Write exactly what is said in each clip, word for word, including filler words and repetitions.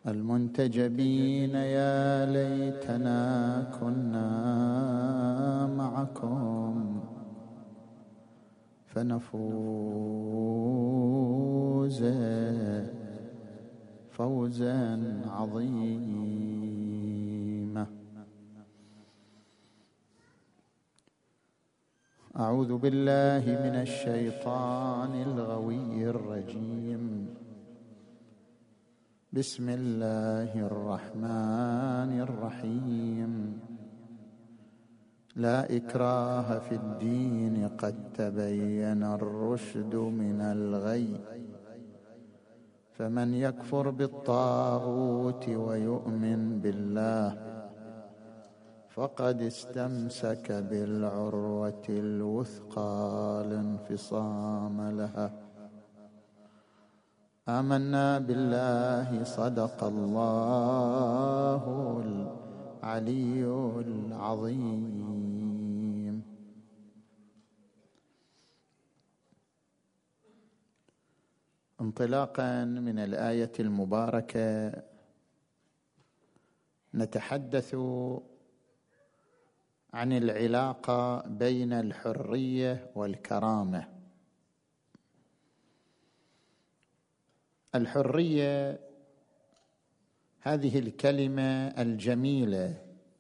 المنتجبين يا ليتنا كنا معكم فنفوز فوزا عظيما. أعوذ بالله من الشيطان الغوي الرجيم. بسم الله الرحمن الرحيم. لا إكراه في الدين قد تبين الرشد من الغي فمن يكفر بالطاغوت ويؤمن بالله فقد استمسك بالعروة الوثقى لا انفصام لها. آمنا بالله صدق الله العلي العظيم. انطلاقا من الآية المباركة نتحدث عن العلاقة بين الحرية والكرامة. الحرية هذه الكلمة الجميلة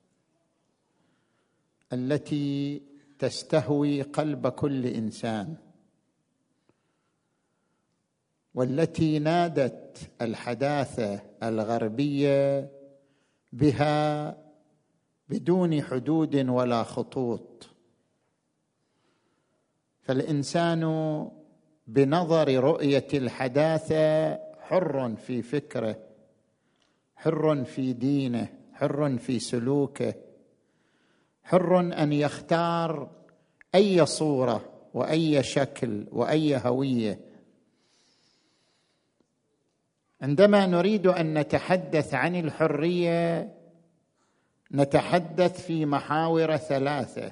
التي تستهوي قلب كل إنسان، والتي نادت الحداثة الغربية بها بدون حدود ولا خطوط. فالإنسان بنظر رؤية الحداثة حر في فكره، حر في دينه، حر في سلوكه، حر أن يختار أي صورة وأي شكل وأي هوية. عندما نريد أن نتحدث عن الحرية نتحدث في محاور ثلاثة: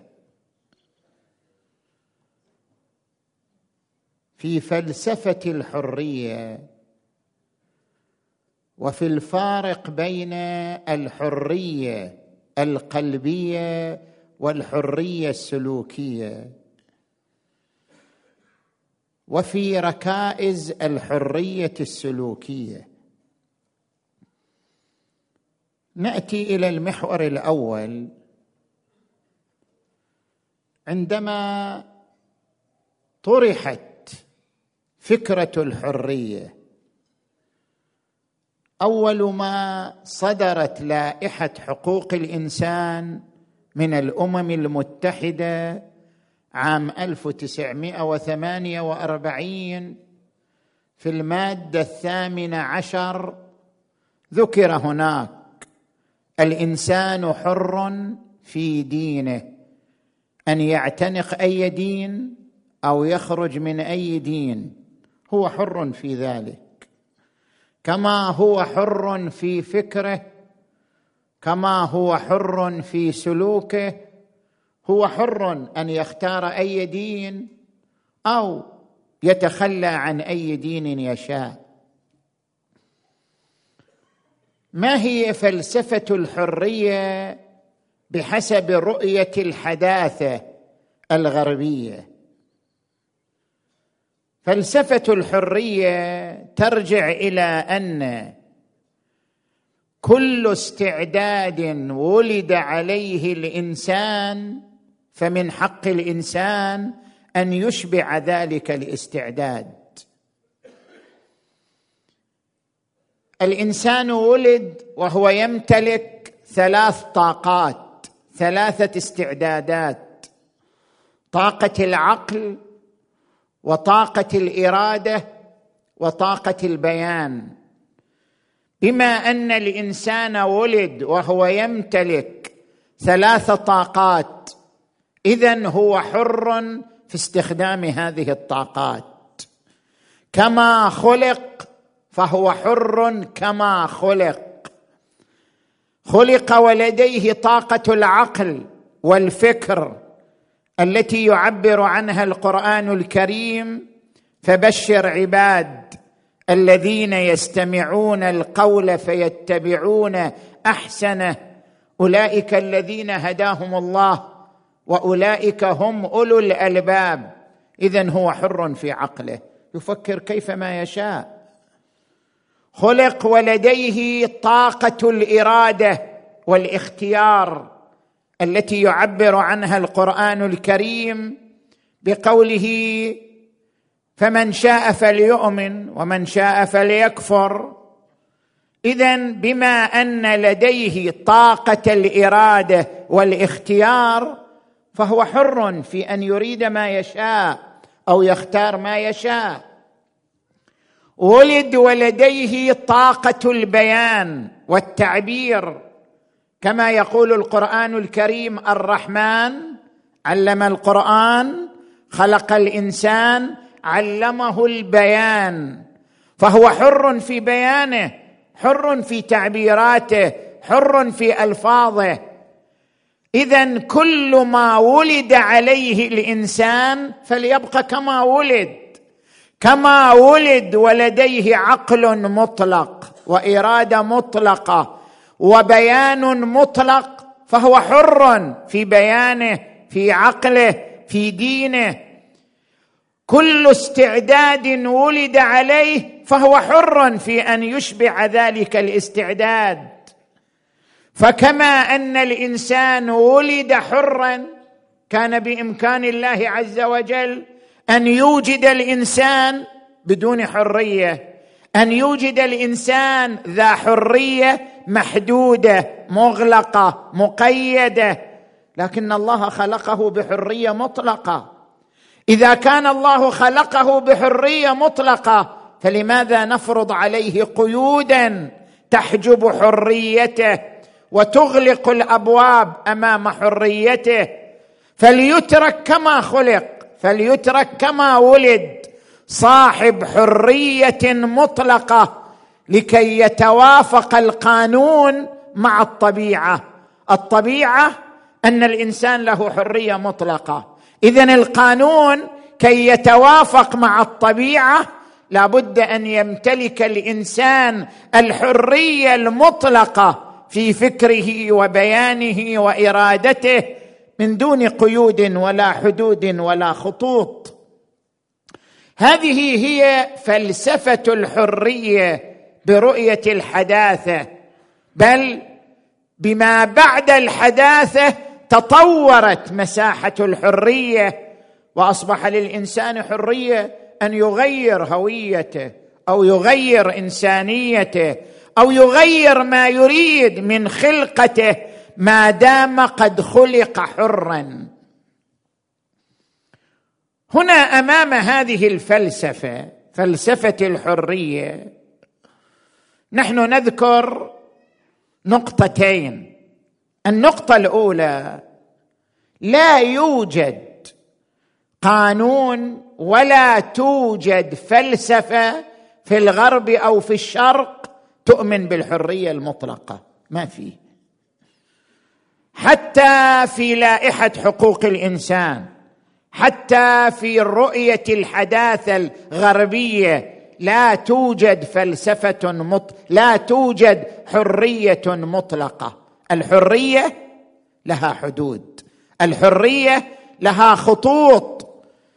في فلسفة الحرية، وفي الفارق بين الحرية القلبية والحرية السلوكية، وفي ركائز الحرية السلوكية. نأتي إلى المحور الأول. عندما طرحت فكرة الحرية، أول ما صدرت لائحة حقوق الإنسان من الأمم المتحدة عام ألف وتسعمائة وثمانية وأربعين في المادة الثامنة عشر ذكر هناك: الإنسان حر في دينه، أن يعتنق أي دين أو يخرج من أي دين، هو حر في ذلك، كما هو حر في فكره، كما هو حر في سلوكه. هو حر أن يختار أي دين أو يتخلى عن أي دين يشاء. ما هي فلسفة الحرية بحسب رؤية الحداثة الغربية؟ فلسفة الحرية ترجع إلى أن كل استعداد ولد عليه الإنسان فمن حق الإنسان أن يشبع ذلك الاستعداد. الإنسان ولد وهو يمتلك ثلاث طاقات، ثلاثة استعدادات: طاقة العقل، وطاقة الإرادة، وطاقة البيان. بما أن الإنسان ولد وهو يمتلك ثلاث طاقات، إذن هو حر في استخدام هذه الطاقات. كما خلق فهو حر كما خلق. خلق ولديه طاقة العقل والفكر التي يعبر عنها القرآن الكريم: فبشر عباد الذين يستمعون القول فيتبعون احسنه اولئك الذين هداهم الله واولئك هم اولو الالباب. اذن هو حر في عقله، يفكر كيفما يشاء. خلق ولديه طاقه الاراده والاختيار التي يعبر عنها القرآن الكريم بقوله: فمن شاء فليؤمن ومن شاء فليكفر. إذن بما أن لديه طاقة الإرادة والاختيار فهو حر في أن يريد ما يشاء أو يختار ما يشاء. ولد ولديه طاقة البيان والتعبير، كما يقول القرآن الكريم: الرحمن علم القرآن خلق الإنسان علمه البيان. فهو حر في بيانه، حر في تعبيراته، حر في ألفاظه. إذن كل ما ولد عليه الإنسان فليبقى كما ولد، كما ولد ولديه عقل مطلق وإرادة مطلقة وبيان مطلق، فهو حر في بيانه، في عقله، في دينه. كل استعداد ولد عليه فهو حر في أن يشبع ذلك الاستعداد. فكما أن الإنسان ولد حرا، كان بإمكان الله عز وجل أن يوجد الإنسان بدون حرية، أن يوجد الإنسان ذا حرية محدودة مغلقة مقيدة، لكن الله خلقه بحرية مطلقة. إذا كان الله خلقه بحرية مطلقة فلماذا نفرض عليه قيودا تحجب حريته وتغلق الأبواب أمام حريته؟ فليترك كما خلق، فليترك كما ولد، صاحب حرية مطلقة، لكي يتوافق القانون مع الطبيعة. الطبيعة أن الإنسان له حرية مطلقة، إذن القانون كي يتوافق مع الطبيعة لابد أن يمتلك الإنسان الحرية المطلقة في فكره وبيانه وإرادته من دون قيود ولا حدود ولا خطوط. هذه هي فلسفة الحرية برؤية الحداثة، بل بما بعد الحداثة تطورت مساحة الحرية، وأصبح للإنسان حرية أن يغير هويته أو يغير إنسانيته أو يغير ما يريد من خلقته ما دام قد خلق حرا. هنا أمام هذه الفلسفة، فلسفة الحرية، نحن نذكر نقطتين. النقطة الأولى: لا يوجد قانون ولا توجد فلسفة في الغرب أو في الشرق تؤمن بالحرية المطلقة، ما في. حتى في لائحة حقوق الإنسان، حتى في الرؤية الحداثة الغربية لا توجد فلسفة مط... لا توجد حرية مطلقة. الحرية لها حدود، الحرية لها خطوط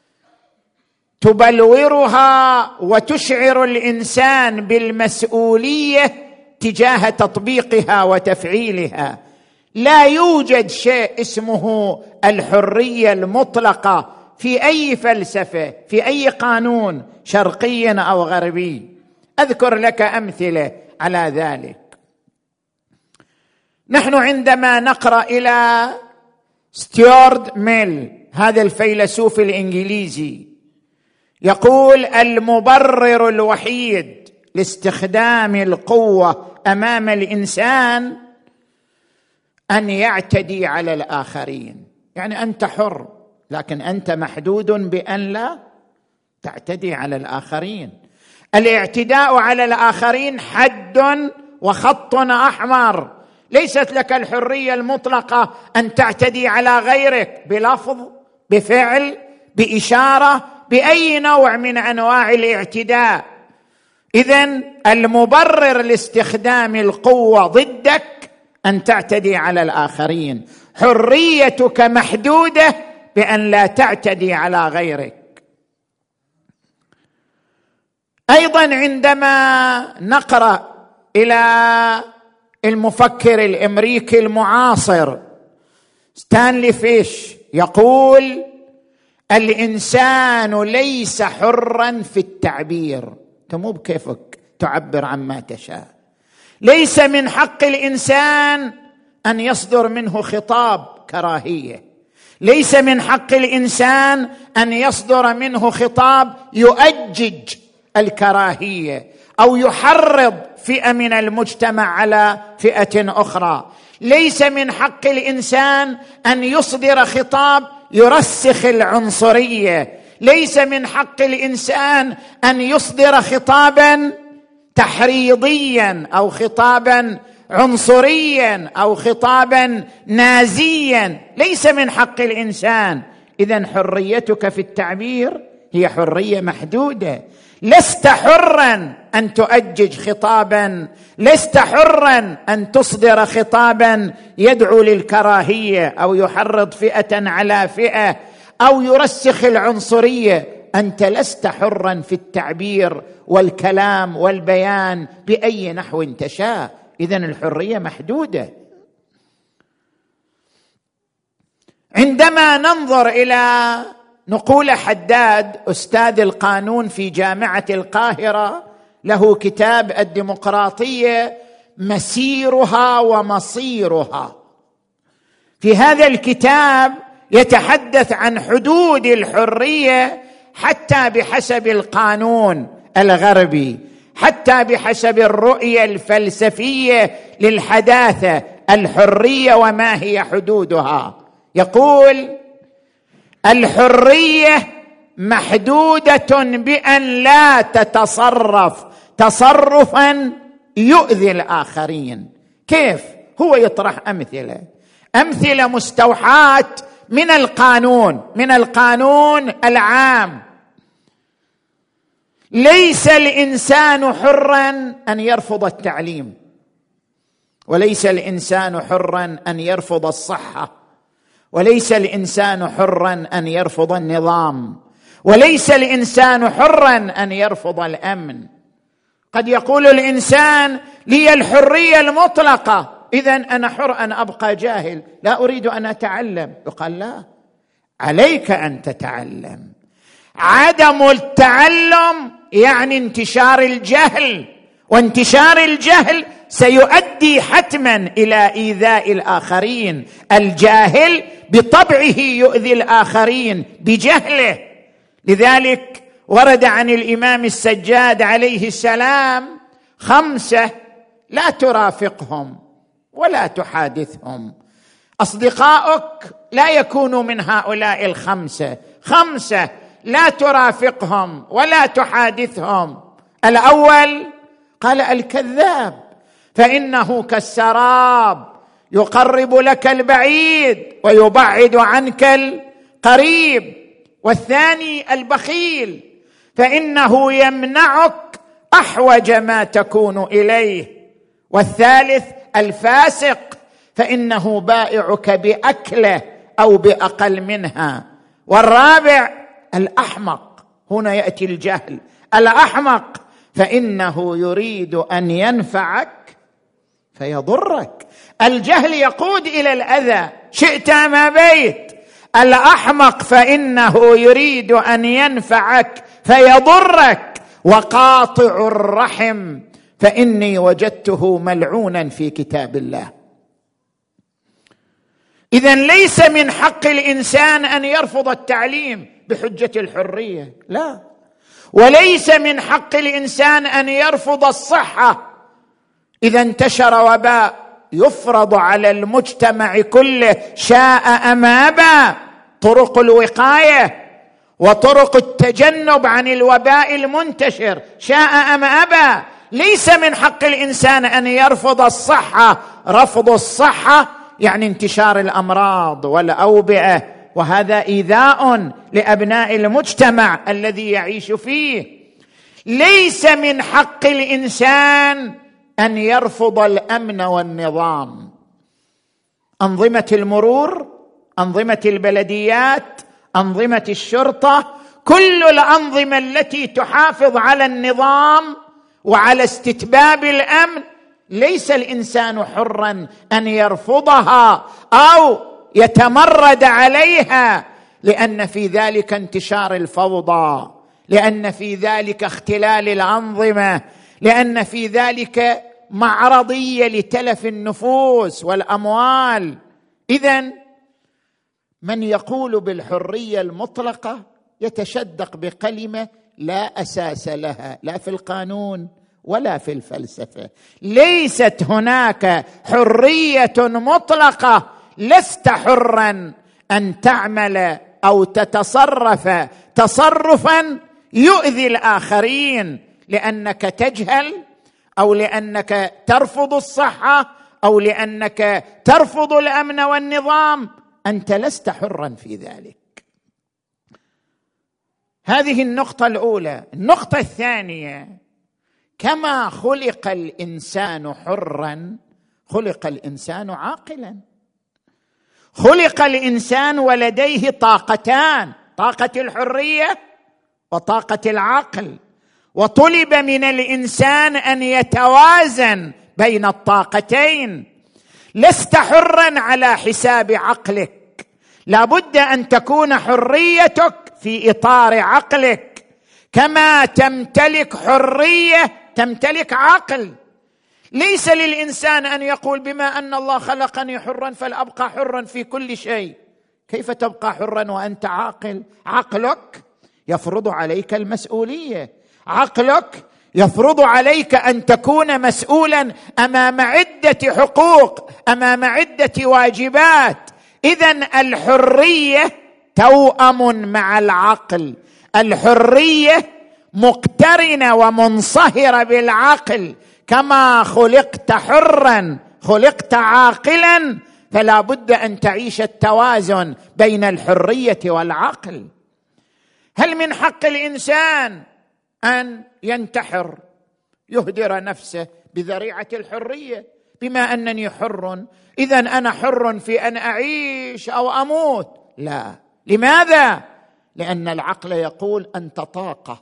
تبلورها وتشعر الإنسان بالمسؤولية تجاه تطبيقها وتفعيلها. لا يوجد شيء اسمه الحرية المطلقة في أي فلسفة، في أي قانون شرقي أو غربي. أذكر لك أمثلة على ذلك. نحن عندما نقرأ إلى ستيوارت ميل، هذا الفيلسوف الإنجليزي، يقول: المبرر الوحيد لاستخدام القوة أمام الإنسان أن يعتدي على الآخرين. يعني أنت حر، لكن أنت محدود بأن لا تعتدي على الآخرين. الاعتداء على الآخرين حد وخط أحمر. ليست لك الحرية المطلقة أن تعتدي على غيرك بلفظ، بفعل، بإشارة، بأي نوع من أنواع الاعتداء. إذن المبرر لاستخدام القوة ضدك أن تعتدي على الآخرين، حريتك محدودة بأن لا تعتدي على غيرك. أيضا عندما نقرأ إلى المفكر الأمريكي المعاصر ستانلي فيش يقول: الإنسان ليس حرا في التعبير. مو بكيفك تعبر عما تشاء. ليس من حق الإنسان أن يصدر منه خطاب كراهية، ليس من حق الإنسان أن يصدر منه خطاب يؤجج الكراهية أو يحرض فئة من المجتمع على فئة أخرى. ليس من حق الإنسان أن يصدر خطاب يرسخ العنصرية. ليس من حق الإنسان أن يصدر خطابا تحريضيا أو خطابا عنصريا أو خطابا نازيا. ليس من حق الإنسان. إذن حريتك في التعبير هي حرية محدودة. لست حرا أن تؤجج خطابا، لست حرا أن تصدر خطابا يدعو للكراهية أو يحرض فئة على فئة أو يرسخ العنصرية. أنت لست حرا في التعبير والكلام والبيان بأي نحو تشاء. إذن الحرية محدودة. عندما ننظر إلى نقول حداد أستاذ القانون في جامعة القاهرة، له كتاب الديمقراطية مسيرها ومصيرها. في هذا الكتاب يتحدث عن حدود الحرية حتى بحسب القانون الغربي، حتى بحسب الرؤية الفلسفية للحداثة. الحرية وما هي حدودها؟ يقول: الحرية محدودة بأن لا تتصرف تصرفا يؤذي الآخرين. كيف؟ هو يطرح أمثلة أمثلة مستوحاة من القانون من القانون العام. ليس الإنسان حرا أن يرفض التعليم، وليس الإنسان حرا أن يرفض الصحة، وليس الإنسان حرا أن يرفض النظام، وليس الإنسان حرا أن يرفض الأمن. قد يقول الإنسان: لي الحرية المطلقة، إذن أنا حر أن أبقى جاهل، لا أريد أن أتعلم. يقال: لا، عليك أن تتعلم. عدم التعلم يعني انتشار الجهل، وانتشار الجهل سيؤدي حتما إلى إيذاء الآخرين. الجاهل بطبعه يؤذي الآخرين بجهله. لذلك ورد عن الإمام السجاد عليه السلام خمسة لا ترافقهم ولا تحادثهم. أصدقائك لا يكونوا من هؤلاء الخمسة. خمسة لا ترافقهم ولا تحادثهم. الأول قال: الكذاب، فإنه كالسراب يقرب لك البعيد ويبعد عنك القريب. والثاني البخيل، فإنه يمنعك أحوج ما تكون إليه. والثالث الفاسق، فإنه بائعك بأكله أو بأقل منها. والرابع الأحمق، هنا يأتي الجهل. الأحمق فإنه يريد أن ينفعك فيضرك. الجهل يقود إلى الأذى شئت ما بيت. الأحمق فإنه يريد أن ينفعك فيضرك. وقاطع الرحم فإني وجدته ملعونا في كتاب الله. إذن ليس من حق الإنسان أن يرفض التعليم بحجة الحرية، لا. وليس من حق الإنسان أن يرفض الصحة. إذا انتشر وباء يفرض على المجتمع كله شاء أم أبى طرق الوقاية وطرق التجنب عن الوباء المنتشر، شاء أم أبى. ليس من حق الإنسان أن يرفض الصحة. رفض الصحة يعني انتشار الأمراض والأوبئة، وهذا إيذاء لأبناء المجتمع الذي يعيش فيه. ليس من حق الإنسان أن يرفض الأمن والنظام. أنظمة المرور، أنظمة البلديات، أنظمة الشرطة، كل الأنظمة التي تحافظ على النظام وعلى استتباب الأمن، ليس الإنسان حرا أن يرفضها أو يتمرد عليها، لأن في ذلك انتشار الفوضى، لأن في ذلك اختلال الأنظمة، لأن في ذلك معرضية لتلف النفوس والأموال. إذن من يقول بالحرية المطلقة يتشدق بكلمة لا أساس لها، لا في القانون ولا في الفلسفة. ليست هناك حرية مطلقة، لست حرا أن تعمل أو تتصرف تصرفا يؤذي الآخرين لأنك تجهل، أو لأنك ترفض الصحة، أو لأنك ترفض الأمن والنظام. أنت لست حرا في ذلك. هذه النقطة الأولى. النقطة الثانية: كما خلق الإنسان حرا خلق الإنسان عاقلا. خلق الإنسان ولديه طاقتان، طاقة الحرية وطاقة العقل، وطلب من الإنسان أن يتوازن بين الطاقتين. لست حرا على حساب عقلك، لابد أن تكون حريتك في إطار عقلك، كما تمتلك حرية تمتلك عقل. ليس للإنسان أن يقول بما أن الله خلقني حرا فلأبقى حرا في كل شيء. كيف تبقى حرا وأنت عاقل؟ عقلك يفرض عليك المسؤولية، عقلك يفرض عليك أن تكون مسؤولا أمام عدة حقوق، أمام عدة واجبات. إذن الحرية توأم مع العقل، الحرية مقترنة ومنصهرة بالعقل. كما خلقت حرا خلقت عاقلا، فلا بد أن تعيش التوازن بين الحرية والعقل. هل من حق الإنسان أن ينتحر، يهدر نفسه بذريعة الحرية، بما أنني حر إذن أنا حر في أن أعيش أو أموت؟ لا. لماذا؟ لأن العقل يقول أنت طاقة،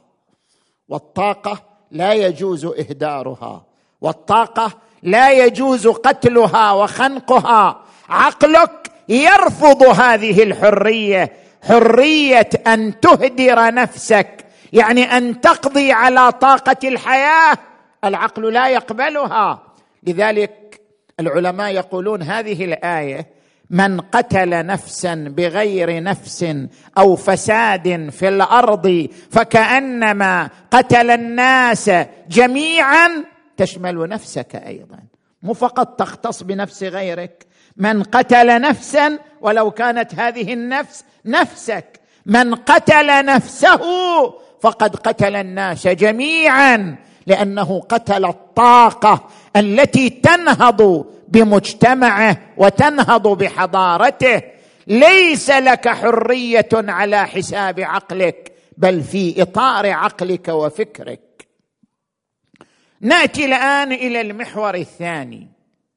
والطاقة لا يجوز إهدارها، والطاقة لا يجوز قتلها وخنقها. عقلك يرفض هذه الحرية، حرية أن تهدر نفسك، يعني أن تقضي على طاقة الحياة، العقل لا يقبلها. لذلك العلماء يقولون هذه الآية: من قتل نفسا بغير نفس أو فساد في الأرض فكأنما قتل الناس جميعا، تشمل نفسك أيضا، مو فقط تختص بنفس غيرك. من قتل نفسا ولو كانت هذه النفس نفسك، من قتل نفسه فقد قتل الناس جميعا، لأنه قتل الطاقة التي تنهض بمجتمعه وتنهض بحضارته. ليس لك حرية على حساب عقلك، بل في إطار عقلك وفكرك. نأتي الآن إلى المحور الثاني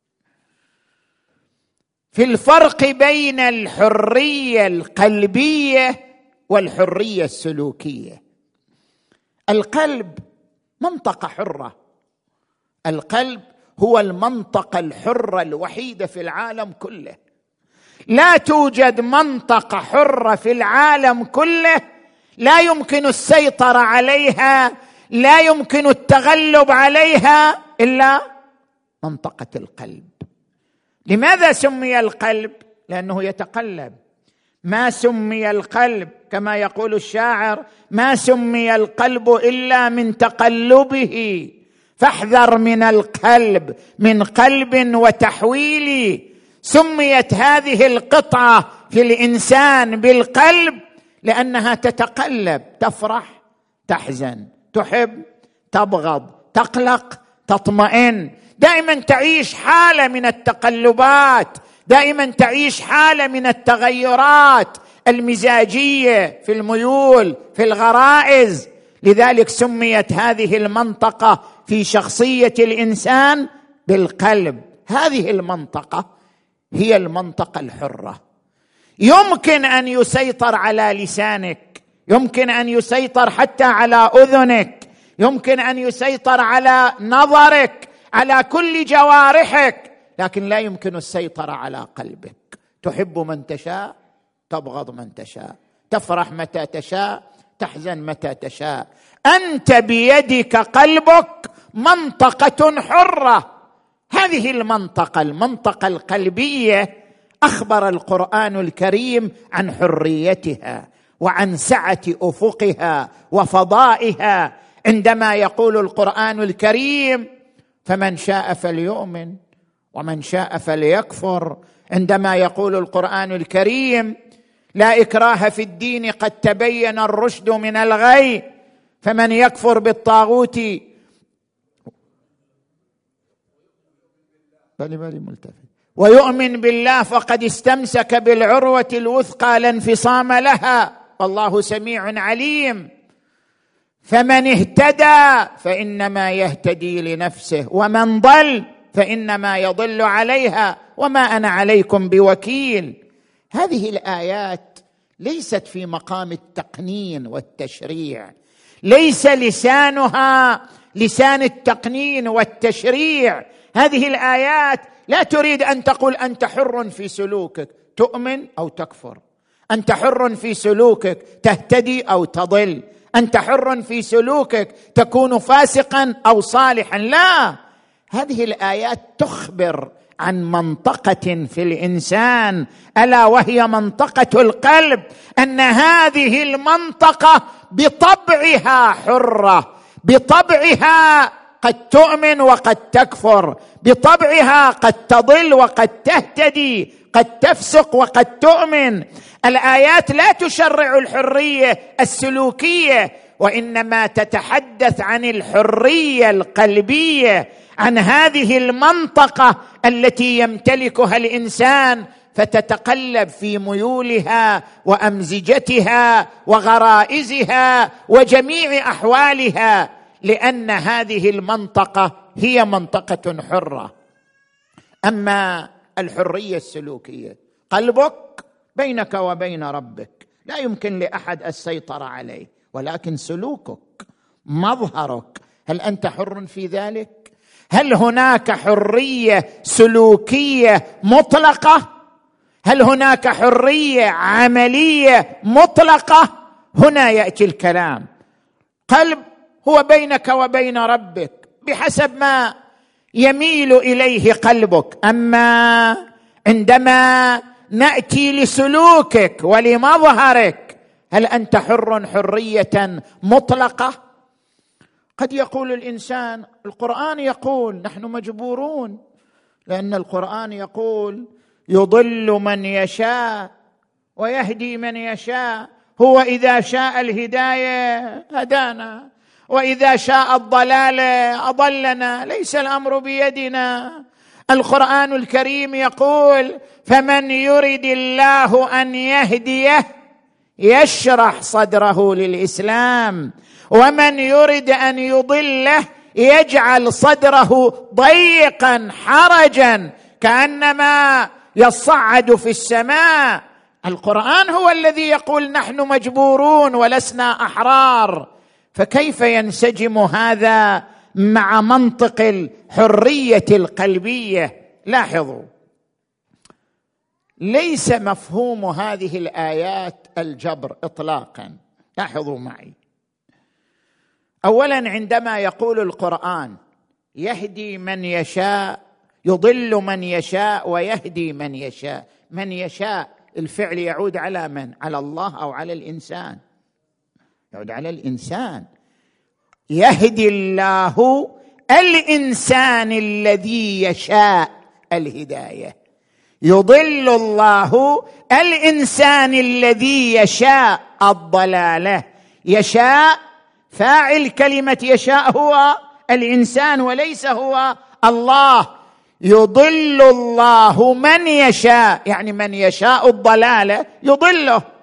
في الفرق بين الحرية القلبية والحرية السلوكية. القلب منطقة حرة، القلب هو المنطقة الحرة الوحيدة في العالم كله. لا توجد منطقة حرة في العالم كله لا يمكن السيطرة عليها، لا يمكن التغلب عليها إلا منطقة القلب. لماذا سمي القلب؟ لأنه يتقلب. ما سمي القلب كما يقول الشاعر: ما سمي القلب إلا من تقلبه، فاحذر من القلب من قلب وتحويل. سميت هذه القطعة في الإنسان بالقلب لأنها تتقلب، تفرح، تحزن، تحب، تبغض، تقلق، تطمئن، دائما تعيش حالة من التقلبات، دائما تعيش حالة من التغيرات المزاجية في الميول، في الغرائز. لذلك سميت هذه المنطقة في شخصية الإنسان بالقلب. هذه المنطقة هي المنطقة الحرة. يمكن أن يسيطر على لسانك، يمكن أن يسيطر حتى على أذنك، يمكن أن يسيطر على نظرك، على كل جوارحك، لكن لا يمكن السيطرة على قلبك. تحب من تشاء، تبغض من تشاء، تفرح متى تشاء، تحزن متى تشاء. أنت بيدك قلبك، منطقة حرة. هذه المنطقة، المنطقة القلبية، أخبر القرآن الكريم عن حريتها وعن سعة أفقها وفضائها، عندما يقول القرآن الكريم: فمن شاء فليؤمن ومن شاء فليكفر. عندما يقول القرآن الكريم: لا إكراه في الدين قد تبين الرشد من الغي، فمن يكفر بالطاغوت بالي بالي ملتفت ويؤمن بالله فقد استمسك بالعروة الوثقى لا انفصام لها، والله سميع عليم. فمن اهتدى فإنما يهتدي لنفسه، ومن ضل فإنما يضل عليها، وما أنا عليكم بوكيل. هذه الآيات ليست في مقام التقنين والتشريع، ليس لسانها لسان التقنين والتشريع. هذه الآيات لا تريد أن تقول أنت حر في سلوكك، تؤمن أو تكفر، أنت حر في سلوكك، تهتدي أو تضل، أنت حر في سلوكك، تكون فاسقا أو صالحا. لا، هذه الآيات تخبر عن منطقة في الإنسان، ألا وهي منطقة القلب، أن هذه المنطقة بطبعها حرة، بطبعها قد تؤمن وقد تكفر، بطبعها قد تضل وقد تهتدي، قد تفسق وقد تؤمن. الآيات لا تشرع الحرية السلوكية، وإنما تتحدث عن الحرية القلبية، عن هذه المنطقة التي يمتلكها الإنسان، فتتقلب في ميولها وأمزجتها وغرائزها وجميع أحوالها، لأن هذه المنطقة هي منطقة حرة. أما الحرية السلوكية، قلبك بينك وبين ربك، لا يمكن لأحد السيطرة عليه، ولكن سلوكك، مظهرك، هل أنت حر في ذلك؟ هل هناك حرية سلوكية مطلقة؟ هل هناك حرية عملية مطلقة؟ هنا يأتي الكلام. قلب هو بينك وبين ربك بحسب ما يميل إليه قلبك. أما عندما نأتي لسلوكك ولمظهرك، هل أنت حر حرية مطلقة؟ قد يقول الإنسان، القرآن يقول نحن مجبورون، لأن القرآن يقول يضل من يشاء ويهدي من يشاء، هو إذا شاء الهداية هدانا، وإذا شاء الضلال أضلنا، ليس الأمر بيدنا. القرآن الكريم يقول فمن يرد الله أن يهديه يشرح صدره للإسلام، ومن يرد أن يضله يجعل صدره ضيقا حرجا كأنما يصعد في السماء. القرآن هو الذي يقول نحن مجبورون ولسنا أحرار، فكيف ينسجم هذا مع منطق الحرية القلبية؟ لاحظوا، ليس مفهوم هذه الآيات الجبر إطلاقا. لاحظوا معي، أولا عندما يقول القرآن يهدي من يشاء، يضل من يشاء ويهدي من يشاء، من يشاء الفعل يعود على من؟ على الله أو على الإنسان؟ يعود على الإنسان. يهدي الله الإنسان الذي يشاء الهداية، يضل الله الإنسان الذي يشاء الضلالة. يشاء فاعل كلمة يشاء هو الإنسان وليس هو الله. يضل الله من يشاء، يعني من يشاء الضلالة يضله،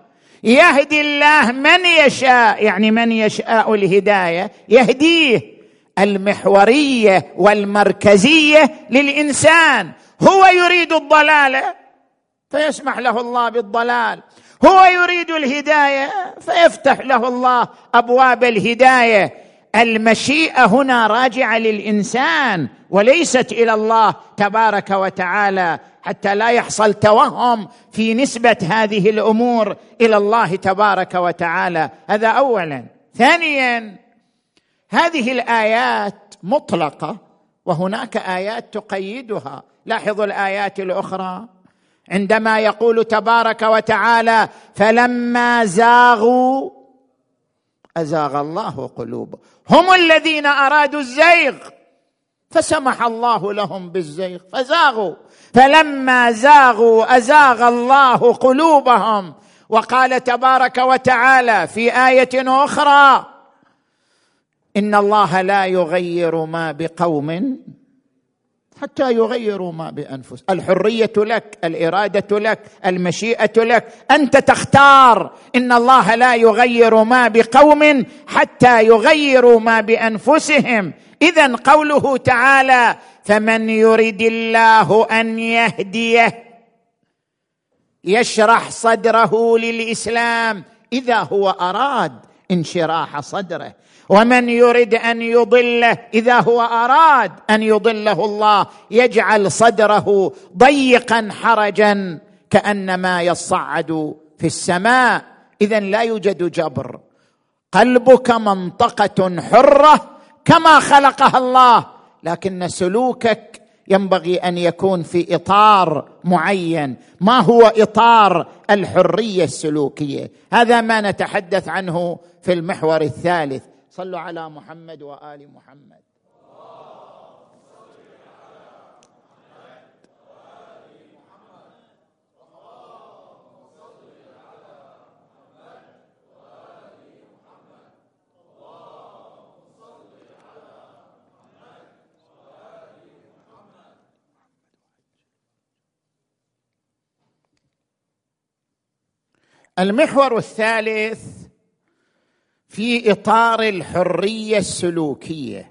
يهدي الله من يشاء، يعني من يشاء الهدايه يهديه. المحوريه والمركزيه للانسان، هو يريد الضلال فيسمح له الله بالضلال، هو يريد الهدايه فيفتح له الله ابواب الهدايه. المشيئه هنا راجعه للانسان وليست الى الله تبارك وتعالى، حتى لا يحصل توهم في نسبه هذه الامور الى الله تبارك وتعالى. هذا اولا. ثانيا، هذه الايات مطلقه وهناك ايات تقيدها. لاحظوا الايات الاخرى عندما يقول تبارك وتعالى: فلما زاغوا أزاغ الله قلوبهم. هم الذين أرادوا الزيغ فسمح الله لهم بالزيغ فزاغوا، فلما زاغوا أزاغ الله قلوبهم. وقال تبارك وتعالى في آية أخرى: إن الله لا يغير ما بقوم حتى يغيروا ما بأنفسهم. الحرية لك، الإرادة لك، المشيئة لك، أنت تختار. إن الله لا يغير ما بقوم حتى يغيروا ما بأنفسهم. إذن قوله تعالى: فمن يرد الله أن يهديه يشرح صدره للإسلام، إذا هو أراد انشراح صدره. ومن يرد أن يضله، إذا هو أراد أن يضله الله يجعل صدره ضيقا حرجا كأنما يصعد في السماء. إذن لا يوجد جبر، قلبك منطقة حرة كما خلقها الله، لكن سلوكك ينبغي أن يكون في إطار معين. ما هو إطار الحرية السلوكية؟ هذا ما نتحدث عنه في المحور الثالث. صلوا على محمد وآل محمد. المحور الثالث في إطار الحرية السلوكية.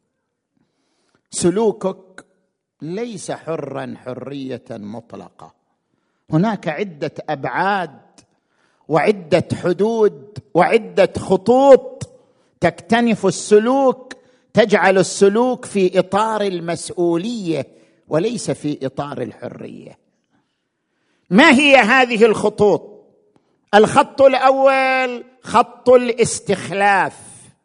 سلوكك ليس حرا حرية مطلقة، هناك عدة أبعاد وعدة حدود وعدة خطوط تكتنف السلوك، تجعل السلوك في إطار المسؤولية وليس في إطار الحرية. ما هي هذه الخطوط؟ الخط الأول خط الاستخلاف.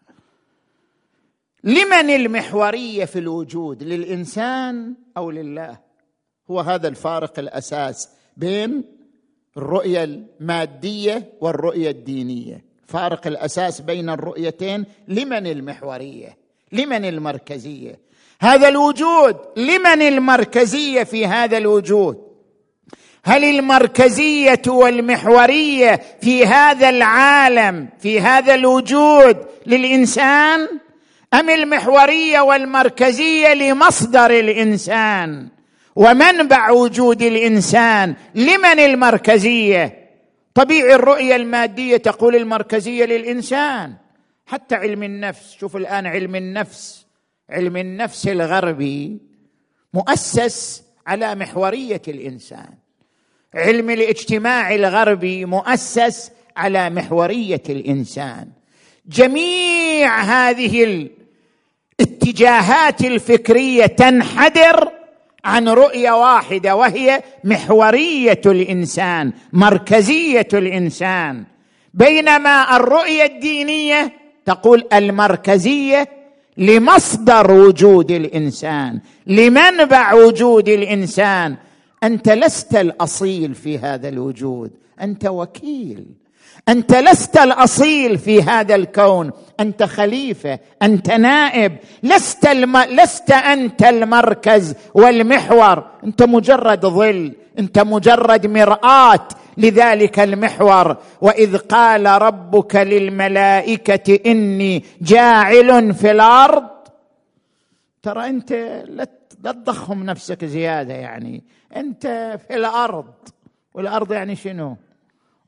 لمن المحورية في الوجود؟ للإنسان أو لله؟ هو هذا الفارق الأساس بين الرؤية المادية والرؤية الدينية. فارق الأساس بين الرؤيتين. لمن المحورية؟ لمن المركزية؟ هذا الوجود لمن المركزية في هذا الوجود؟ هل المركزية والمحورية في هذا العالم في هذا الوجود للإنسان، أم المحورية والمركزية لمصدر الإنسان ومنبع وجود الإنسان؟ لمن المركزية؟ طبيعي الرؤية المادية تقول المركزية للإنسان. حتى علم النفس، شوف الآن علم النفس، علم النفس الغربي مؤسس على محورية الإنسان. علم الاجتماع الغربي مؤسس على محورية الإنسان. جميع هذه الاتجاهات الفكرية تنحدر عن رؤية واحدة، وهي محورية الإنسان، مركزية الإنسان. بينما الرؤية الدينية تقول المركزية لمصدر وجود الإنسان، لمنبع وجود الإنسان. أنت لست الأصيل في هذا الوجود، أنت وكيل. أنت لست الأصيل في هذا الكون، أنت خليفة، أنت نائب. لست الم... لست أنت المركز والمحور، أنت مجرد ظل، أنت مجرد مرآة لذلك المحور. وإذ قال ربك للملائكة إني جاعل في الأرض، ترى أنت لا تضخم نفسك زيادة، يعني أنت في الأرض، والأرض يعني شنو؟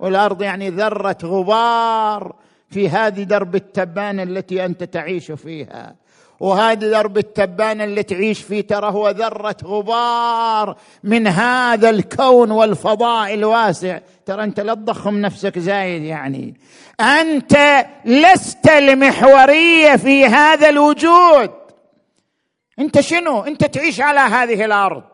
والأرض يعني ذرة غبار في هذه درب التبانة التي أنت تعيش فيها، وهذه درب التبانة اللي تعيش فيه ترى هو ذرة غبار من هذا الكون والفضاء الواسع. ترى أنت لا تضخم نفسك زايد، يعني أنت لست المحورية في هذا الوجود. أنت شنو؟ أنت تعيش على هذه الأرض.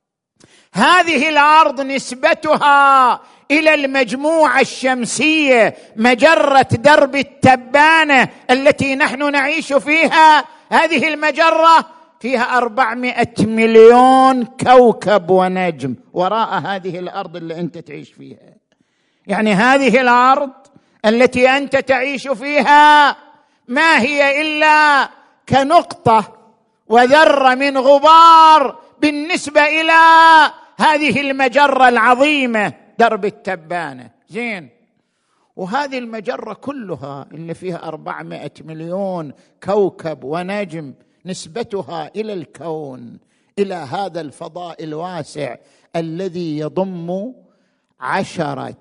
هذه الأرض نسبتها إلى المجموعة الشمسية مجرة درب التبانة التي نحن نعيش فيها، هذه المجرة فيها أربعمائة مليون كوكب ونجم وراء هذه الأرض اللي أنت تعيش فيها. يعني هذه الأرض التي أنت تعيش فيها ما هي إلا كنقطة وذرة من غبار بالنسبة إلى هذه المجرة العظيمة درب التبانة. زين، وهذه المجرة كلها اللي فيها أربعمائة مليون كوكب ونجم نسبتها إلى الكون، إلى هذا الفضاء الواسع الذي يضم عشرة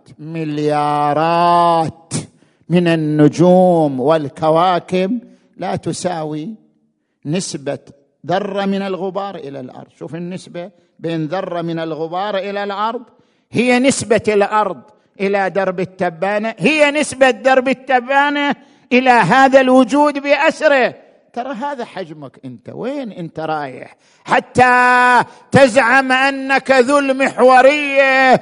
مليارات من النجوم والكواكب، لا تساوي نسبة ذرة من الغبار إلى الأرض. شوف النسبة بين ذرة من الغبار إلى الأرض، هي نسبة الأرض إلى درب التبانة، هي نسبة درب التبانة إلى هذا الوجود بأسره. ترى هذا حجمك أنت، وين أنت رايح حتى تزعم أنك ذو المحورية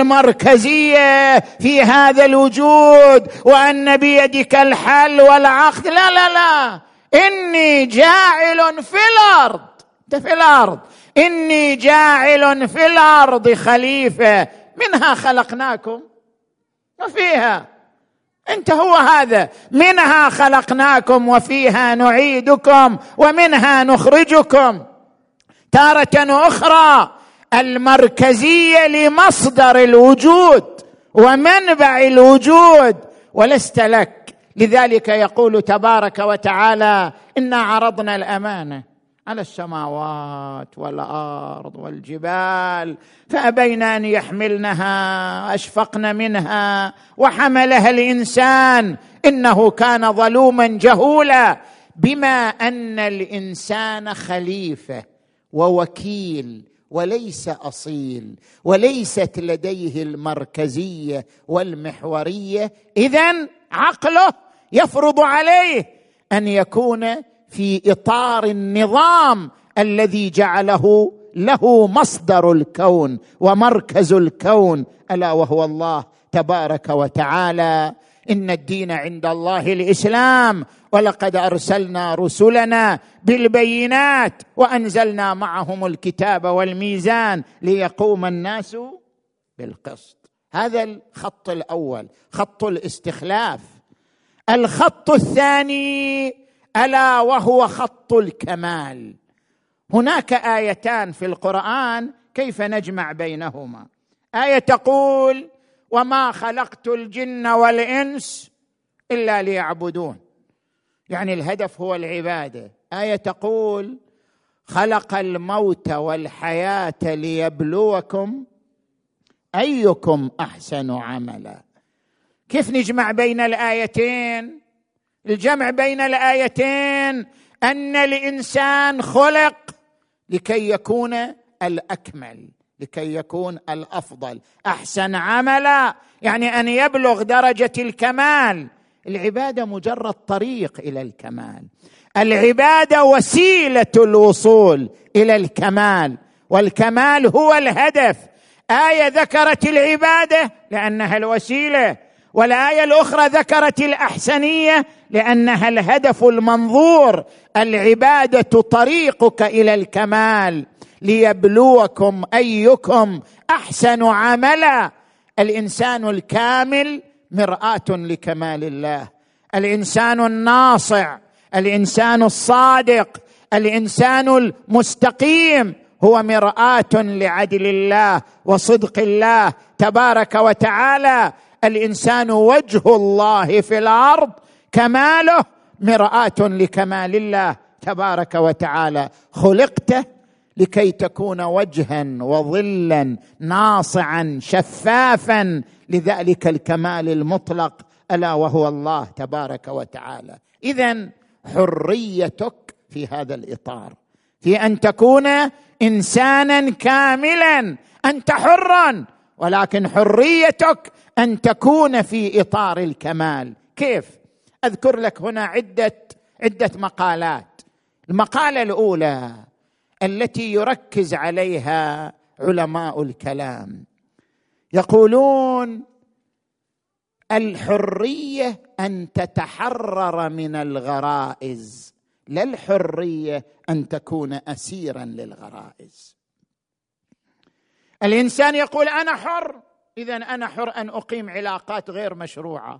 والمركزية في هذا الوجود وأن بيدك الحل والعقد؟ لا لا لا، إني جاعل في الأرض، أنت في الأرض، إني جاعل في الأرض خليفة منها خلقناكم وفيها، أنت هو هذا، منها خلقناكم وفيها نعيدكم ومنها نخرجكم تارة أخرى. المركزية لمصدر الوجود ومنبع الوجود ولست لك. لذلك يقول تبارك وتعالى: إنا عرضنا الأمانة على السماوات والأرض والجبال فأبين أن يحملنها أشفقن منها وحملها الإنسان إنه كان ظلوما جهولا. بما أن الإنسان خليفة ووكيل وليس أصيل، وليست لديه المركزية والمحورية، إذن عقله يفرض عليه أن يكون في إطار النظام الذي جعله له مصدر الكون ومركز الكون، ألا وهو الله تبارك وتعالى. إن الدين عند الله الإسلام، ولقد أرسلنا رسلنا بالبينات وأنزلنا معهم الكتاب والميزان ليقوم الناس بالقسط. هذا الخط الأول، خط الاستخلاف. الخط الثاني ألا وهو خط الكمال. هناك آيتان في القرآن كيف نجمع بينهما. آية تقول: وما خلقت الجن والإنس إلا ليعبدون، يعني الهدف هو العبادة. آية تقول: خلق الموت والحياة ليبلوكم أيكم أحسن عملا. كيف نجمع بين الآيتين؟ الجمع بين الآيتين أن الإنسان خلق لكي يكون الأكمل، لكي يكون الأفضل، أحسن عملا، يعني أن يبلغ درجة الكمال. العبادة مجرد طريق إلى الكمال، العبادة وسيلة الوصول إلى الكمال، والكمال هو الهدف. آية ذكرت العبادة لأنها الوسيلة، والآية الأخرى ذكرت الأحسنية لأنها الهدف المنظور. العبادة طريقك إلى الكمال، ليبلوكم أيكم أحسن عملا. الإنسان الكامل مرآة لكمال الله، الإنسان الناصع، الإنسان الصادق، الإنسان المستقيم هو مرآة لعدل الله وصدق الله تبارك وتعالى. الإنسان وجه الله في الأرض، كماله مرآة لكمال الله تبارك وتعالى. خلقت لكي تكون وجها وظلا ناصعا شفافا لذلك الكمال المطلق ألا وهو الله تبارك وتعالى. إذن حريتك في هذا الإطار، في أن تكون إنسانا كاملا، أنت حرا، ولكن حريتك أن تكون في إطار الكمال. كيف؟ أذكر لك هنا عدة عدة مقالات. المقالة الأولى التي يركز عليها علماء الكلام يقولون الحرية أن تتحرر من الغرائز، لا الحرية أن تكون أسيرا للغرائز. الإنسان يقول أنا حر، إذن أنا حر أن أقيم علاقات غير مشروعة،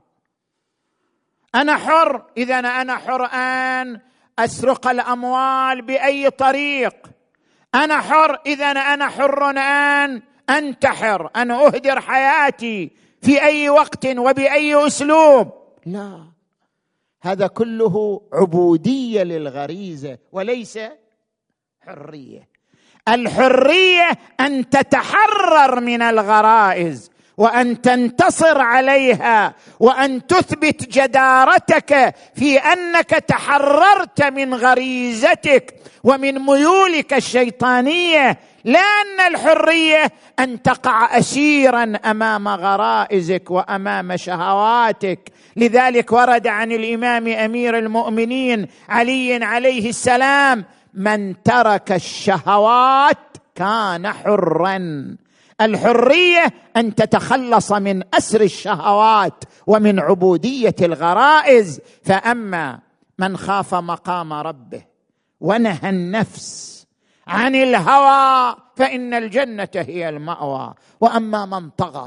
أنا حر إذن أنا حر أن أسرق الأموال بأي طريق، أنا حر إذن أنا حر أن أنتحر، أن أهدر حياتي في أي وقت وبأي أسلوب. لا، هذا كله عبودية للغريزة وليس حرية. الحرية أن تتحرر من الغرائز وأن تنتصر عليها وأن تثبت جدارتك في أنك تحررت من غريزتك ومن ميولك الشيطانية، لا أن الحرية أن تقع أسيرا أمام غرائزك وأمام شهواتك. لذلك ورد عن الإمام أمير المؤمنين علي عليه السلام: من ترك الشهوات كان حرا. الحرية أن تتخلص من أسر الشهوات ومن عبودية الغرائز. فأما من خاف مقام ربه ونهى النفس عن الهوى فإن الجنة هي المأوى. وأما من طغى،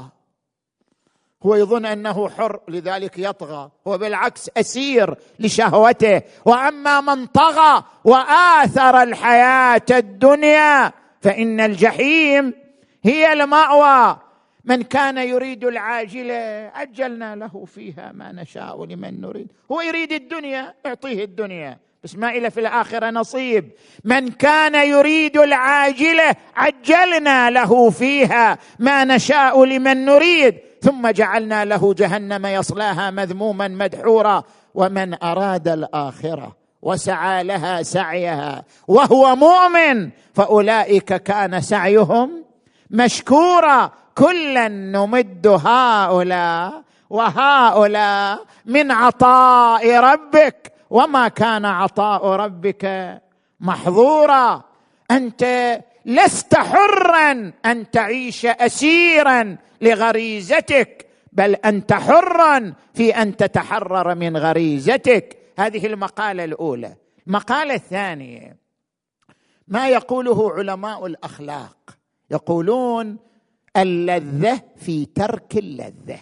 هو يظن أنه حر لذلك يطغى، هو بالعكس أسير لشهوته. وأما من طغى وآثر الحياة الدنيا فإن الجحيم هي المأوى. من كان يريد العاجلة عجلنا له فيها ما نشاء لمن نريد. هو يريد الدنيا، اعطيه الدنيا، بس ما إلى في الآخرة نصيب. من كان يريد العاجلة عجلنا له فيها ما نشاء لمن نريد ثم جعلنا له جهنم يصلاها مذموما مدحورا. ومن أراد الآخرة وسعى لها سعيها وهو مؤمن فأولئك كان سعيهم مشكورا. كلا نمد هؤلاء وهؤلاء من عطاء ربك وما كان عطاء ربك محظورا. أنت لست حرا أن تعيش أسيرا لغريزتك، بل أنت حرا في أن تتحرر من غريزتك. هذه المقالة الأولى. المقالة الثانية ما يقوله علماء الأخلاق، يقولون اللذة في ترك اللذة.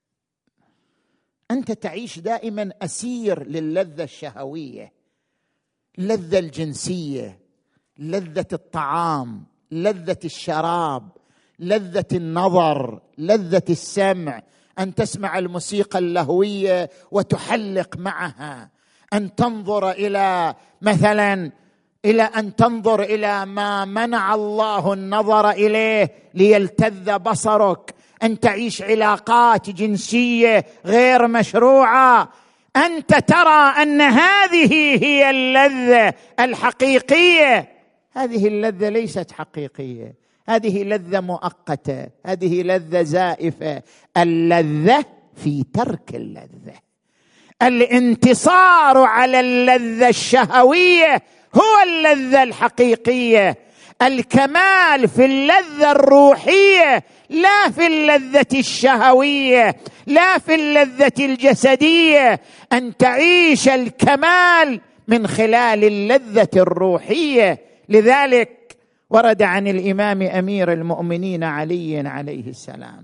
أنت تعيش دائما أسير للذة الشهوية، اللذة الجنسية، لذة الطعام، لذة الشراب، لذة النظر، لذة السمع، أن تسمع الموسيقى اللهوية وتحلق معها، أن تنظر إلى مثلا إلى أن تنظر إلى ما منع الله النظر إليه ليلتذ بصرك، أن تعيش علاقات جنسية غير مشروعة. أنت ترى أن هذه هي اللذة الحقيقية. هذه اللذة ليست حقيقية، هذه لذة مؤقتة، هذه لذة زائفة. اللذة في ترك اللذة. الانتصار على اللذة الشهوية هو اللذة الحقيقية. الكمال في اللذة الروحية لا في اللذة الشهوية، لا في اللذة الجسدية. أن تعيش الكمال من خلال اللذة الروحية. لذلك ورد عن الإمام أمير المؤمنين علي عليه السلام: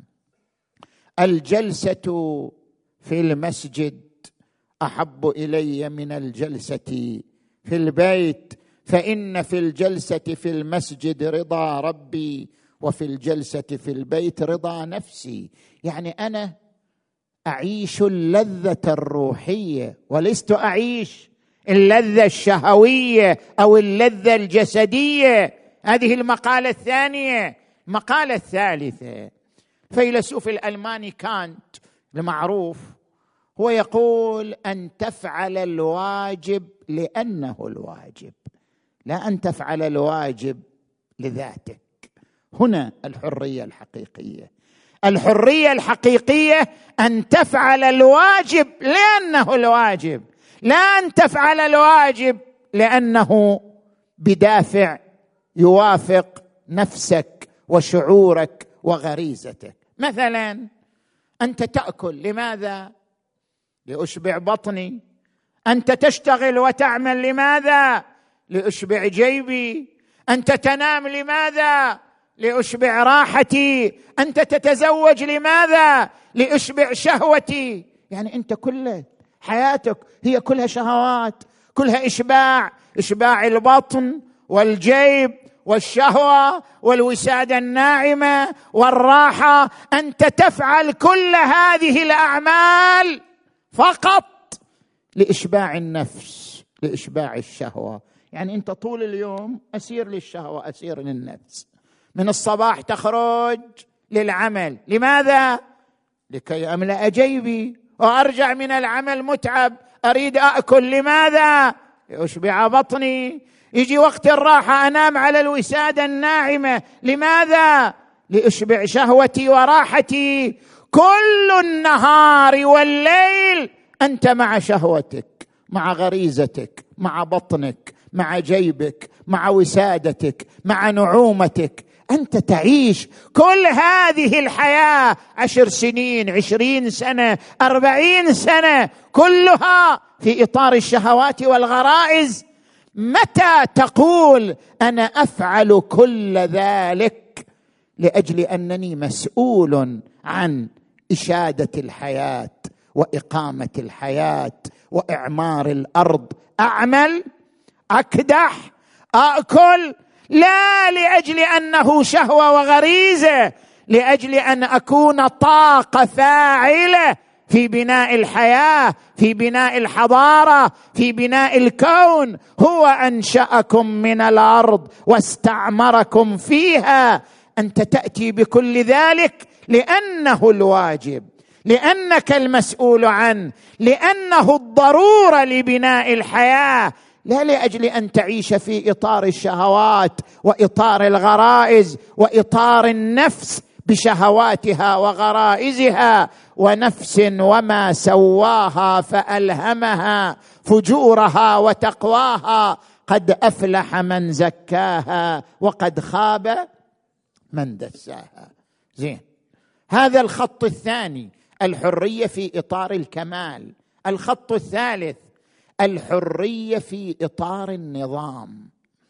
الجلسة في المسجد أحب إلي من الجلسة في البيت، فإن في الجلسة في المسجد رضا ربي وفي الجلسة في البيت رضا نفسي. يعني أنا أعيش اللذة الروحية ولست أعيش اللذة الشهوية أو اللذة الجسدية. هذه المقالة الثانية. المقالة الثالثة: الفيلسوف الألماني كانت المعروف هو يقول أن تفعل الواجب لأنه الواجب، لا أن تفعل الواجب لذاتك. هنا الحرية الحقيقية. الحرية الحقيقية أن تفعل الواجب لأنه الواجب، لا أن تفعل الواجب لأنه بدافع يوافق نفسك وشعورك وغريزتك. مثلا أنت تأكل، لماذا؟ لأشبع بطني. أنت تشتغل وتعمل، لماذا؟ لأشبع جيبي. أنت تنام، لماذا؟ لأشبع راحتي. أنت تتزوج، لماذا؟ لأشبع شهوتي. يعني أنت كل حياتك هي كلها شهوات، كلها إشباع، إشباع البطن والجيب والشهوة والوسادة الناعمة والراحة. أنت تفعل كل هذه الأعمال فقط لإشباع النفس، لإشباع الشهوة. يعني أنت طول اليوم أسير للشهوة، أسير للنفس. من الصباح تخرج للعمل، لماذا؟ لكي أملأ جيبي، وأرجع من العمل متعب أريد أكل، لماذا؟ لأشبع بطني. يجي وقت الراحة أنام على الوسادة الناعمة، لماذا؟ لأشبع شهوتي وراحتي. كل النهار والليل أنت مع شهوتك، مع غريزتك، مع بطنك، مع جيبك، مع وسادتك، مع نعومتك. أنت تعيش كل هذه الحياة عشر سنين، عشرين سنة، أربعين سنة، كلها في إطار الشهوات والغرائز. متى تقول أنا أفعل كل ذلك لأجل أنني مسؤول عن إشادة الحياة وإقامة الحياة وإعمار الأرض، أعمل، أكدح، أأكل، لا لأجل أنه شهوة وغريزة، لأجل أن أكون طاقة فاعلة في بناء الحياة، في بناء الحضارة، في بناء الكون. هو أنشأكم من الأرض واستعمركم فيها. أنت تأتي بكل ذلك لأنه الواجب، لأنك المسؤول عنه، لأنه الضرورة لبناء الحياة، لا لأجل أن تعيش في إطار الشهوات وإطار الغرائز وإطار النفس بشهواتها وغرائزها. ونفس وما سواها فألهمها فجورها وتقواها، قد أفلح من زكاها وقد خاب من دساها. زين، هذا الخط الثاني، الحرية في إطار الكمال. الخط الثالث، الحرية في إطار النظام.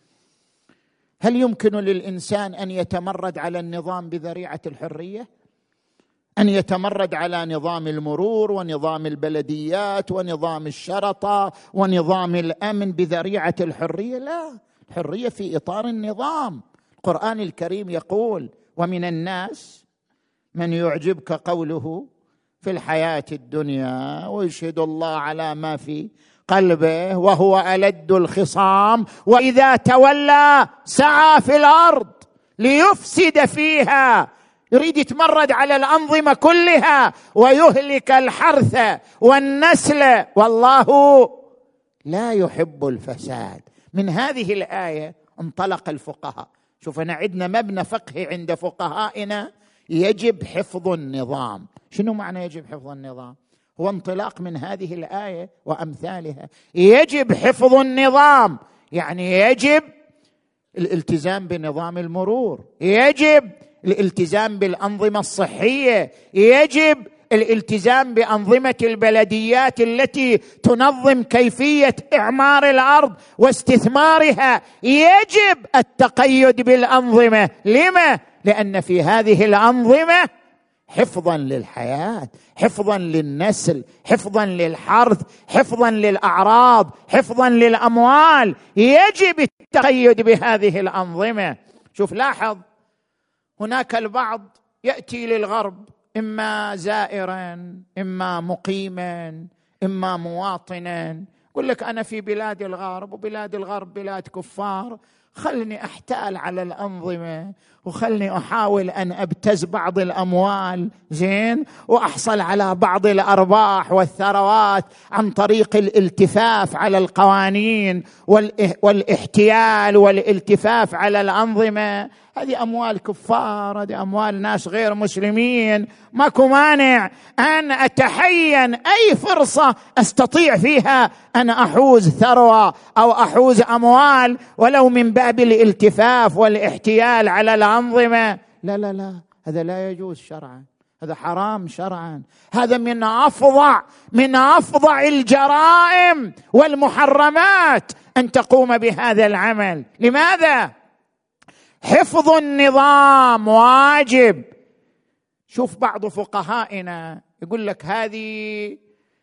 هل يمكن للإنسان أن يتمرد على النظام بذريعة الحرية؟ أن يتمرد على نظام المرور ونظام البلديات ونظام الشرطة ونظام الأمن بذريعة الحرية؟ لا، الحرية في إطار النظام. القرآن الكريم يقول: ومن الناس من يعجبك قوله في الحياة الدنيا ويشهد الله على ما في قلبه وهو ألد الخصام وإذا تولى سعى في الأرض ليفسد فيها. يريد يتمرد على الأنظمة كلها ويهلك الحرث والنسل، والله لا يحب الفساد. من هذه الآية انطلق الفقهاء. شوف، أنا عندنا مبنى فقهي عند فقهائنا: يجب حفظ النظام. شنو معنى يجب حفظ النظام؟ هو انطلاق من هذه الآية وأمثالها. يجب حفظ النظام يعني يجب الالتزام بنظام المرور، يجب الالتزام بالأنظمة الصحية، يجب الالتزام بأنظمة البلديات التي تنظم كيفية إعمار الأرض واستثمارها، يجب التقيد بالأنظمة. لما؟ لأن في هذه الأنظمة حفظا للحياة، حفظا للنسل، حفظا للحرث، حفظا للأعراض، حفظا للأموال، يجب التقيد بهذه الأنظمة. شوف، لاحظ، هناك البعض يأتي للغرب إما زائرا، إما مقيما، إما مواطنا، يقول لك أنا في بلاد الغرب، وبلاد الغرب بلاد كفار، خلني أحتال على الأنظمة، وخلني أحاول أن أبتز بعض الأموال، زين، وأحصل على بعض الأرباح والثروات عن طريق الالتفاف على القوانين والاحتيال والالتفاف على الأنظمة. هذه أموال كفار، هذه أموال ناس غير مسلمين. ماكو مانع أن أتحين أي فرصة أستطيع فيها أن أحوز ثروة أو أحوز أموال، ولو من باب الالتفاف والاحتيال على الأنظمة. لا لا لا، هذا لا يجوز شرعا، هذا حرام شرعا، هذا من أفظع من أفظع الجرائم والمحرمات أن تقوم بهذا العمل. لماذا؟ حفظ النظام واجب. شوف بعض فقهائنا يقول لك هذه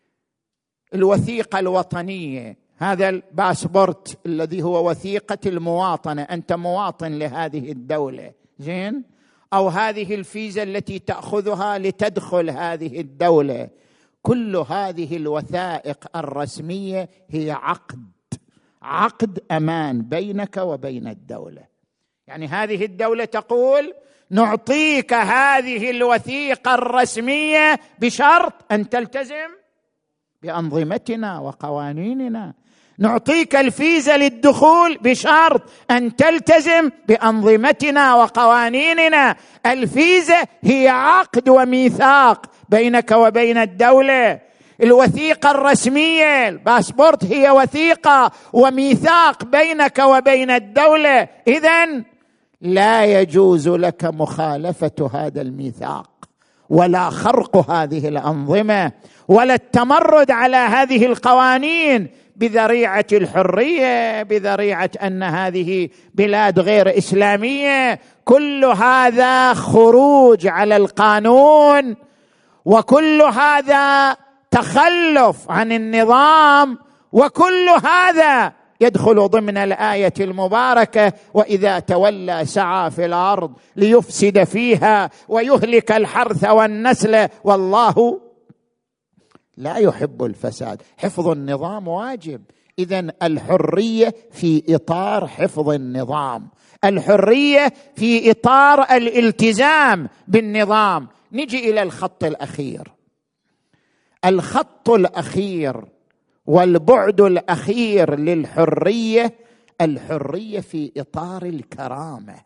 الوثيقة الوطنية، هذا الباسبورت الذي هو وثيقة المواطنة، أنت مواطن لهذه الدولة، زين، أو هذه الفيزا التي تأخذها لتدخل هذه الدولة. كل هذه الوثائق الرسمية هي عقد عقد أمان بينك وبين الدولة. يعني هذه الدولة تقول نعطيك هذه الوثيقة الرسمية بشرط أن تلتزم بأنظمتنا وقوانيننا، نعطيك الفيزا للدخول بشرط أن تلتزم بأنظمتنا وقوانيننا. الفيزا هي عقد وميثاق بينك وبين الدولة. الوثيقة الرسمية الباسبورت هي وثيقة وميثاق بينك وبين الدولة. إذن لا يجوز لك مخالفة هذا الميثاق، ولا خرق هذه الأنظمة، ولا التمرد على هذه القوانين بذريعة الحرية، بذريعة أن هذه بلاد غير إسلامية. كل هذا خروج على القانون، وكل هذا تخلف عن النظام، وكل هذا يدخل ضمن الآية المباركة: وإذا تولى سعى في الأرض ليفسد فيها ويهلك الحرث والنسل والله لا يحب الفساد. حفظ النظام واجب. إذن الحرية في إطار حفظ النظام، الحرية في إطار الالتزام بالنظام. نجي إلى الخط الأخير. الخط الأخير والبعد الأخير للحرية، الحرية في إطار الكرامة.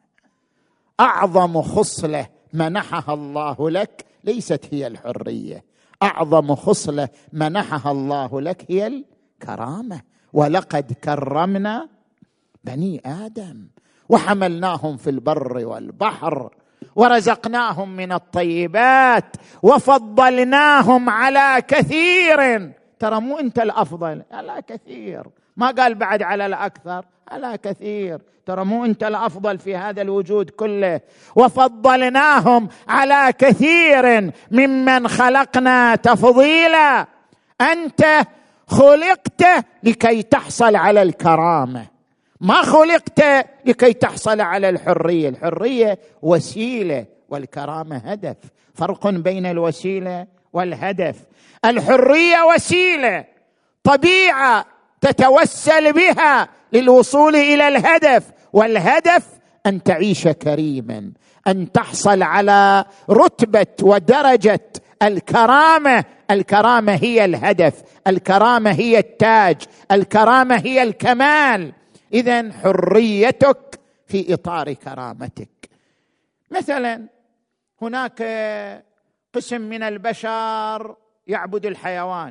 أعظم خصلة منحها الله لك ليست هي الحرية، أعظم خصلة منحها الله لك هي الكرامة. ولقد كرمنا بني آدم وحملناهم في البر والبحر ورزقناهم من الطيبات وفضلناهم على كثير. ترى مو أنت الأفضل، على كثير، ما قال بعد على الأكثر، على كثير. ترى مو أنت الأفضل في هذا الوجود كله. وفضلناهم على كثير ممن خلقنا تفضيلا. أنت خلقت لكي تحصل على الكرامة، ما خلقت لكي تحصل على الحرية. الحرية وسيلة والكرامة هدف. فرق بين الوسيلة والهدف. الحرية وسيلة، طبيعة تتوسل بها للوصول إلى الهدف، والهدف أن تعيش كريما، أن تحصل على رتبة ودرجة الكرامة. الكرامة هي الهدف، الكرامة هي التاج، الكرامة هي الكمال. إذن حريتك في إطار كرامتك. مثلا هناك قسم من البشر يعبد الحيوان،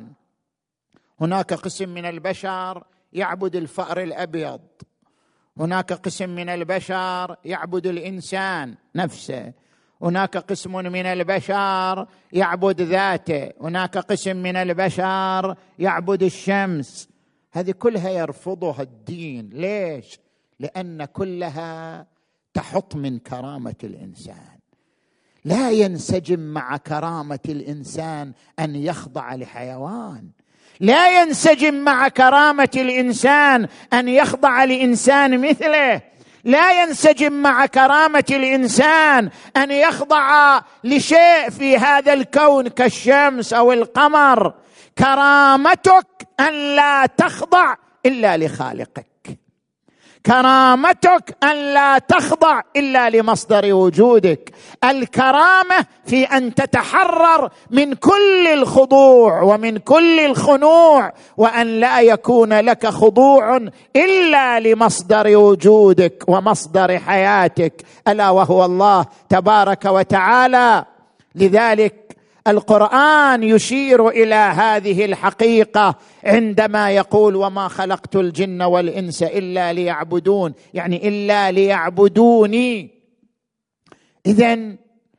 هناك قسم من البشر يعبد الفأر الأبيض، هناك قسم من البشر يعبد الإنسان نفسه، هناك قسم من البشر يعبد ذاته، هناك قسم من البشر يعبد الشمس. هذه كلها يرفضها الدين. ليش؟ لأن كلها تحط من كرامة الإنسان. لا ينسجم مع كرامة الإنسان أن يخضع لحيوان، لا ينسجم مع كرامة الإنسان أن يخضع لإنسان مثله، لا ينسجم مع كرامة الإنسان أن يخضع لشيء في هذا الكون كالشمس أو القمر. كرامتك أن لا تخضع إلا لخالقك، كرامتك أن لا تخضع إلا لمصدر وجودك. الكرامة في أن تتحرر من كل الخضوع ومن كل الخنوع، وأن لا يكون لك خضوع إلا لمصدر وجودك ومصدر حياتك، ألا وهو الله تبارك وتعالى. لذلك القرآن يشير إلى هذه الحقيقة عندما يقول: وما خلقت الجن والإنس إلا ليعبدون، يعني إلا ليعبدوني. إذن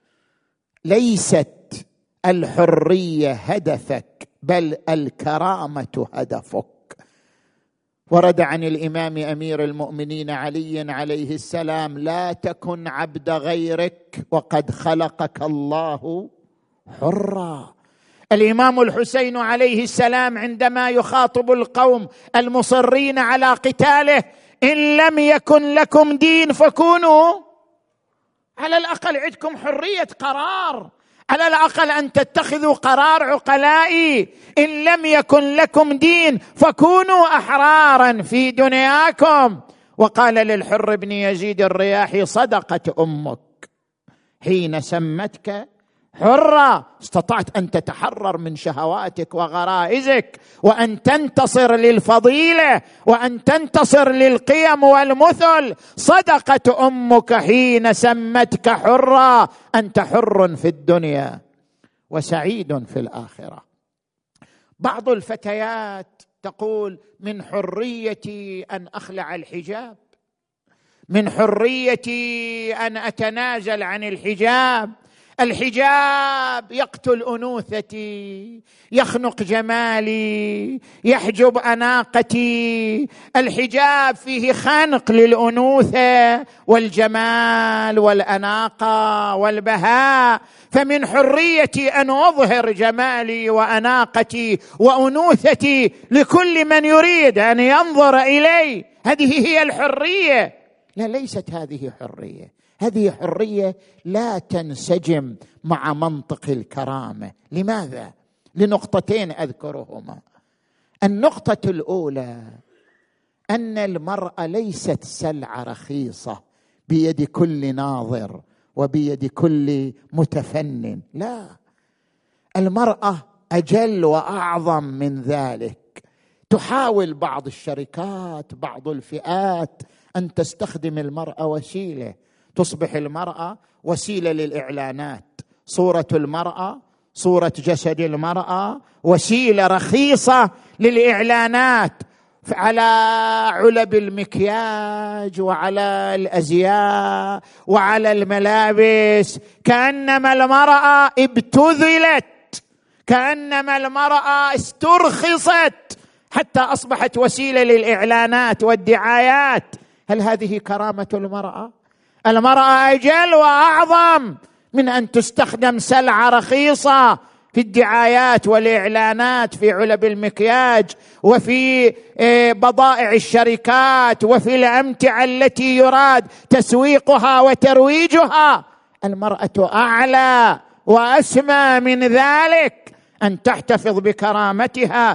ليست الحرية هدفك، بل الكرامة هدفك. ورد عن الإمام أمير المؤمنين علي عليه السلام: لا تكن عبد غيرك وقد خلقك الله حرا. الإمام الحسين عليه السلام عندما يخاطب القوم المصرين على قتاله: إن لم يكن لكم دين فكونوا، على الأقل عندكم حرية قرار، على الأقل أن تتخذوا قرار عقلائي. إن لم يكن لكم دين فكونوا أحرارا في دنياكم. وقال للحر بن يزيد الرياحي: صدقت أمك حين سمتك حرة. استطعت أن تتحرر من شهواتك وغرائزك، وأن تنتصر للفضيلة، وأن تنتصر للقيم والمثل. صدقت أمك حين سمتك حرة. أنت حر في الدنيا وسعيد في الآخرة. بعض الفتيات تقول: من حريتي أن أخلع الحجاب، من حريتي أن أتنازل عن الحجاب. الحجاب يقتل أنوثتي، يخنق جمالي، يحجب أناقتي. الحجاب فيه خنق للأنوثة والجمال والأناقة والبهاء. فمن حريتي أن أظهر جمالي وأناقتي وأنوثتي لكل من يريد أن ينظر إلي. هذه هي الحرية. لا، ليست هذه حرية. هذه حرية لا تنسجم مع منطق الكرامة. لماذا؟ لنقطتين أذكرهما. النقطة الأولى أن المرأة ليست سلعة رخيصة بيد كل ناظر وبيد كل متفنن. لا، المرأة أجل وأعظم من ذلك. تحاول بعض الشركات، بعض الفئات أن تستخدم المرأة وسيلة. تصبح المرأة وسيلة للإعلانات، صورة المرأة، صورة جسد المرأة وسيلة رخيصة للإعلانات على علب المكياج وعلى الأزياء وعلى الملابس، كأنما المرأة ابتذلت، كأنما المرأة استرخصت حتى أصبحت وسيلة للإعلانات والدعايات. هل هذه كرامة المرأة؟ المرأة أجل وأعظم من أن تستخدم سلعة رخيصة في الدعايات والإعلانات، في علب المكياج وفي بضائع الشركات وفي الأمتعة التي يراد تسويقها وترويجها. المرأة أعلى وأسمى من ذلك، أن تحتفظ بكرامتها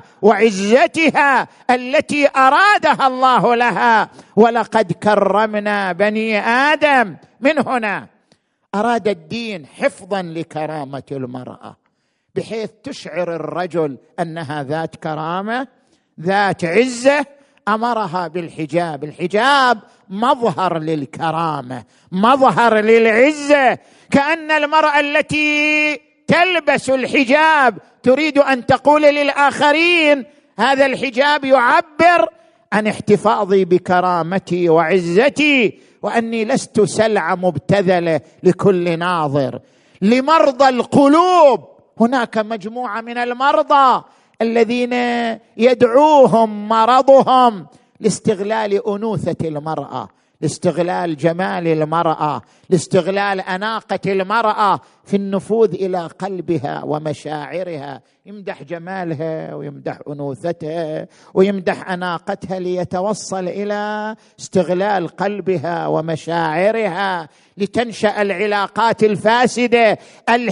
وعزتها التي أرادها الله لها. ولقد كرمنا بني آدم. من هنا أراد الدين حفظا لكرامة المرأة، بحيث تشعر الرجل أنها ذات كرامة، ذات عزة. أمرها بالحجاب. الحجاب مظهر للكرامة، مظهر للعزة. كأن المرأة التي تلبس الحجاب تريد أن تقول للآخرين: هذا الحجاب يعبر عن احتفاظي بكرامتي وعزتي، وأني لست سلعة مبتذلة لكل ناظر. لمرضى القلوب هناك مجموعة من المرضى الذين يدعوهم مرضهم لاستغلال أنوثة المرأة، لاستغلال جمال المرأة، لاستغلال أناقة المرأة في النفوذ إلى قلبها ومشاعرها. يمدح جمالها ويمدح أنوثتها ويمدح أناقتها ليتوصل إلى استغلال قلبها ومشاعرها لتنشأ العلاقات الفاسدة.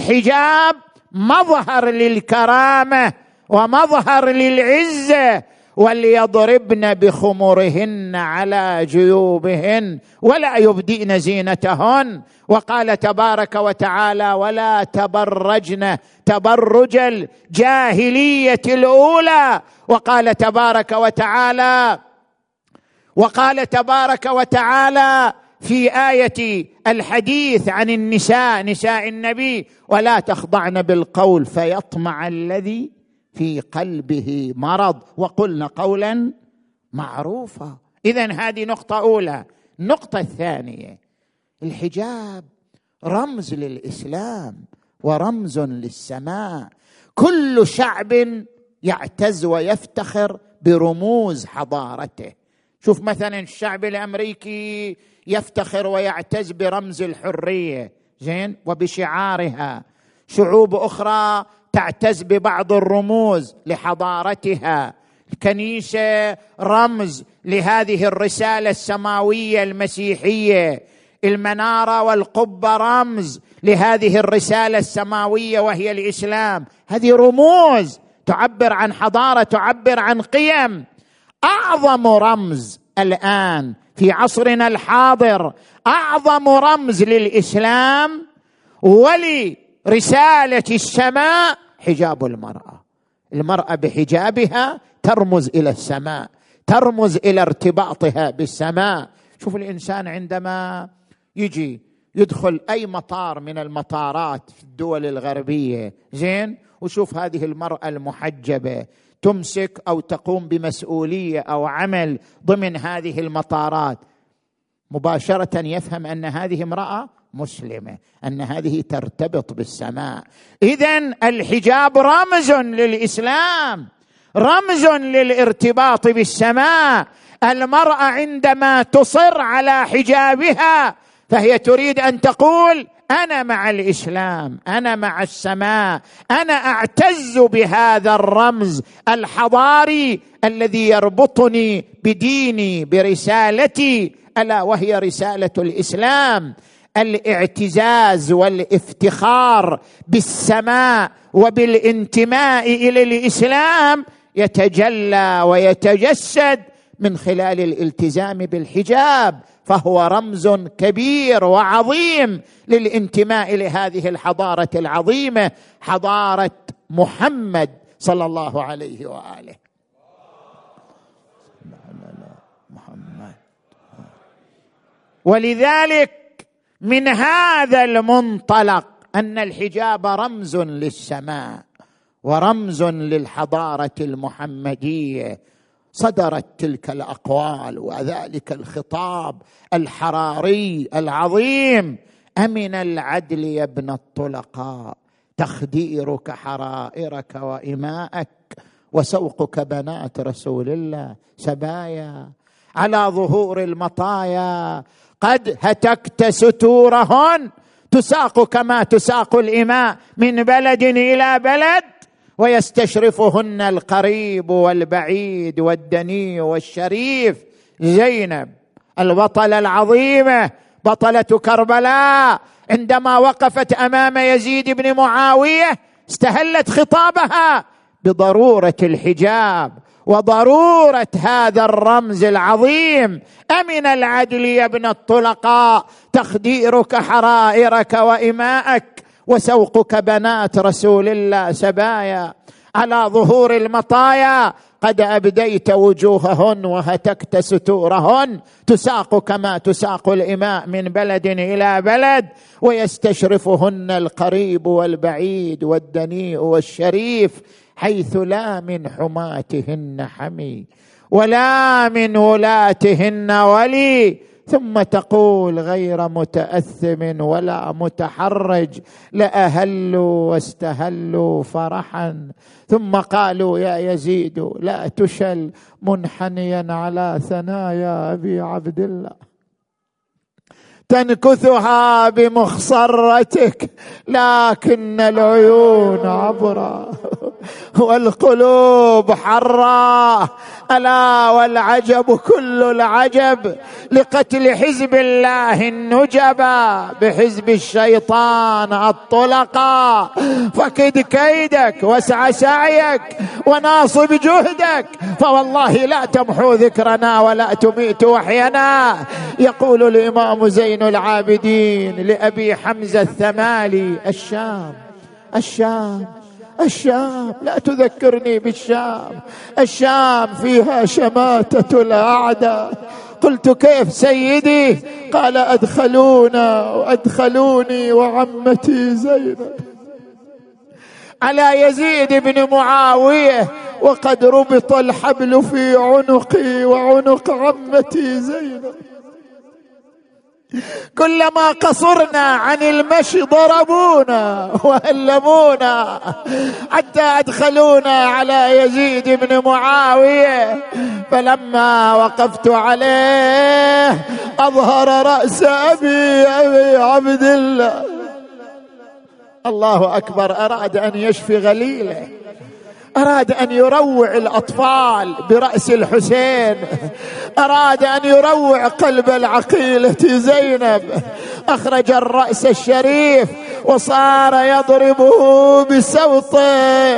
الحجاب مظهر للكرامة ومظهر للعزة وليضربن بخمرهن على جيوبهن ولا يبدين زينتهن. وقال تبارك وتعالى: ولا تبرجن تبرج الجاهلية الأولى. وقال تبارك وتعالى وقال تبارك وتعالى في آية الحديث عن النساء، نساء النبي: ولا تخضعن بالقول فيطمع الذي في قلبه مرض وقلن قولا معروفا. إذن هذه نقطة أولى. النقطة الثانية: الحجاب رمز للإسلام ورمز للسماء. كل شعب يعتز ويفتخر برموز حضارته. شوف مثلا الشعب الأمريكي يفتخر ويعتز برمز الحرية، زين، وبشعارها. شعوب أخرى تعتز ببعض الرموز لحضارتها. الكنيسة رمز لهذه الرسالة السماوية المسيحية. المنارة والقبة رمز لهذه الرسالة السماوية وهي الإسلام. هذه رموز تعبر عن حضارة، تعبر عن قيم. أعظم رمز الآن في عصرنا الحاضر، أعظم رمز للإسلام ولرسالة السماء حجاب المرأة. المرأة بحجابها ترمز إلى السماء، ترمز إلى ارتباطها بالسماء. شوف الإنسان عندما يجي يدخل أي مطار من المطارات في الدول الغربية، زين، وشوف هذه المرأة المحجبة تمسك أو تقوم بمسؤولية أو عمل ضمن هذه المطارات، مباشرة يفهم أن هذه امرأة مسلمة، أن هذه ترتبط بالسماء. إذن الحجاب رمز للإسلام، رمز للارتباط بالسماء. المرأة عندما تصر على حجابها فهي تريد أن تقول: أنا مع الإسلام، أنا مع السماء، أنا أعتز بهذا الرمز الحضاري الذي يربطني بديني، برسالتي، ألا وهي رسالة الإسلام. الاعتزاز والافتخار بالسماء وبالانتماء إلى الإسلام يتجلى ويتجسد من خلال الالتزام بالحجاب، فهو رمز كبير وعظيم للانتماء لهذه الحضارة العظيمة، حضارة محمد صلى الله عليه وآله. محمد. ولذلك من هذا المنطلق أن الحجاب رمز للسماء ورمز للحضارة المحمدية، صدرت تلك الأقوال وذلك الخطاب الحراري العظيم: أمن العدل يا ابن الطلقاء تخديرك حرائرك وإماءك وسوقك بنات رسول الله سبايا على ظهور المطايا قد هتكت ستورهن تساق كما تساق الإماء من بلد إلى بلد ويستشرفهن القريب والبعيد والدني والشريف. زينب البطلة العظيمة، بطلة كربلاء، عندما وقفت أمام يزيد بن معاوية استهلت خطابها بضرورة الحجاب وضرورة هذا الرمز العظيم: أمن العدل يا ابن الطلقاء تخديرك حرائرك وإماءك وسوقك بنات رسول الله سبايا على ظهور المطايا قد أبديت وجوههن وهتكت ستورهن تساق كما تساق الإماء من بلد إلى بلد ويستشرفهن القريب والبعيد والدنيء والشريف حيث لا من حماتهن حمي ولا من ولاتهن ولي. ثم تقول غير متأثم ولا متحرج لأهلوا واستهلوا فرحا. ثم قالوا يا يزيد لا تشل منحنيا على ثنايا أبي عبد الله تنكثها بمخصرتك لكن العيون عبرة. والقلوب حرة. ألا والعجب كل العجب لقتل حزب الله النجبا بحزب الشيطان الطلقا. فكد كيدك واسعى سعيك وناصب جهدك، فوالله لا تمحو ذكرنا ولا تميت وحينا. يقول الإمام زين العابدين لأبي حمزة الثمالي: الشام الشام الشام، لا تذكرني بالشام، الشام فيها شماتة الأعداء. قلت: كيف سيدي؟ قال: أدخلونا وأدخلوني وعمتي زينب على يزيد بن معاوية، وقد ربط الحبل في عنقي وعنق عمتي زينب. كلما قصرنا عن المشي ضربونا وهلمونا حتى أدخلونا على يزيد بن معاوية. فلما وقفت عليه أظهر رأس أبي أبي عبد الله. الله أكبر. أراد أن يشفي غليله، أراد أن يروع الأطفال برأس الحسين، أراد أن يروع قلب العقيلة زينب. أخرج الرأس الشريف وصار يضربه بسوطه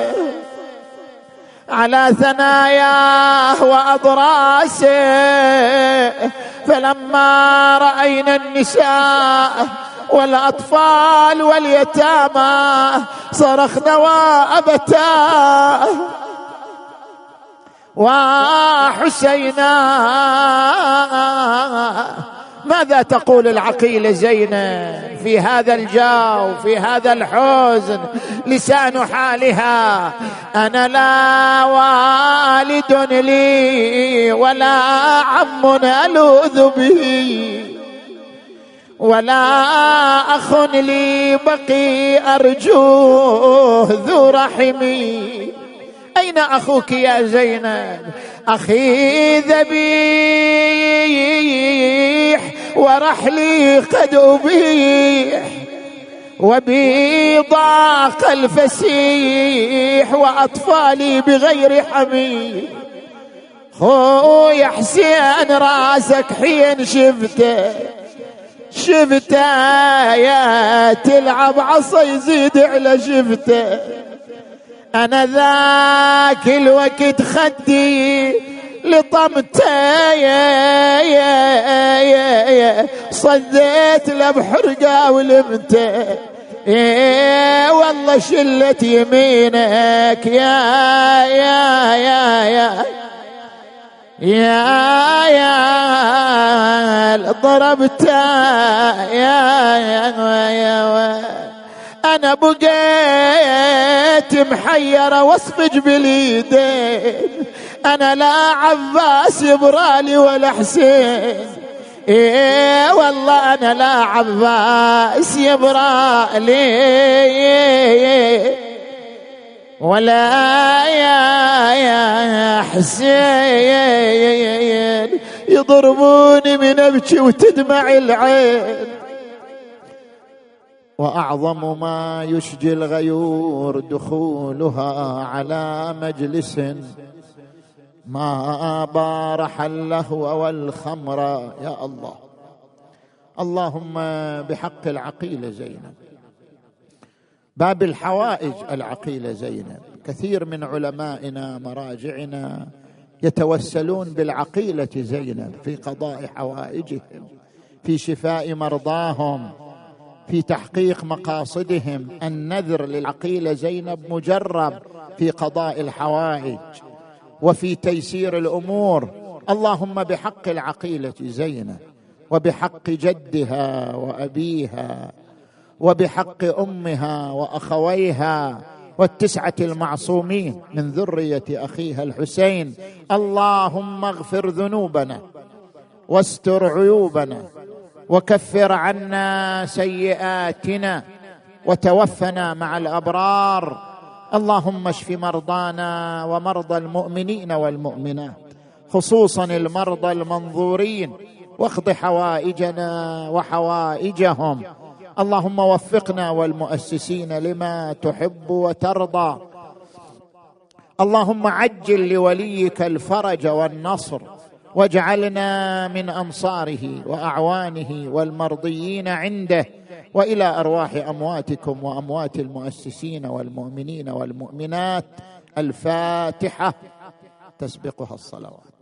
على ثناياه وأضراسه. فلما رأينا النساء والأطفال واليتامى صرخنا وأبتا وحسينا. ماذا تقول العقيلة زينب في هذا الجو، في هذا الحزن؟ لسان حالها: أنا لا والد لي ولا عم ألوذ به ولا أخ لي بقي أرجوه ذو رحمي. أين أخوك يا زينب؟ أخي ذبيح ورحلي قد أبيح وبي ضاق الفسيح وأطفالي بغير حميل. خويا حسين راسك حين شفته شفته يا تلعب عصا يزيد على شفته. أنا ذاك الوقت خدي لطمته يا يا يا صديت له بحرقه ولمته. إيه والله شلت يمينك يا يا يا يا يا يا ضربت يا يا يا. أنا بقيت محيرة واصفج باليدين. أنا لا عباس يبرالي ولا حسين. إيه والله أنا لا عباس يبرالي ولا يا يا حسين. يضربوني من أبكي وتدمع العين. وأعظم ما يشجي الغيور دخولها على مجلس ما بارح اللهو والخمر. يا الله، اللهم بحق العقيلة زينب، باب الحوائج العقيلة زينب. كثير من علمائنا مراجعنا يتوسلون بالعقيلة زينب في قضاء حوائجهم، في شفاء مرضاهم، في تحقيق مقاصدهم. النذر للعقيلة زينب مجرب في قضاء الحوائج وفي تيسير الأمور. اللهم بحق العقيلة زينب وبحق جدها وأبيها وبحق أمها وأخويها والتسعة المعصومين من ذرية أخيها الحسين، اللهم اغفر ذنوبنا واستر عيوبنا وكفر عنا سيئاتنا وتوفنا مع الأبرار. اللهم اشف مرضانا ومرضى المؤمنين والمؤمنات، خصوصا المرضى المنظورين، واقض حوائجنا وحوائجهم. اللهم وفقنا والمؤسسين لما تحب وترضى. اللهم عجل لوليك الفرج والنصر، واجعلنا من أنصاره وأعوانه والمرضيين عنده، وإلى أرواح أمواتكم وأموات المؤسسين والمؤمنين والمؤمنات. الفاتحة تسبقها الصلوات.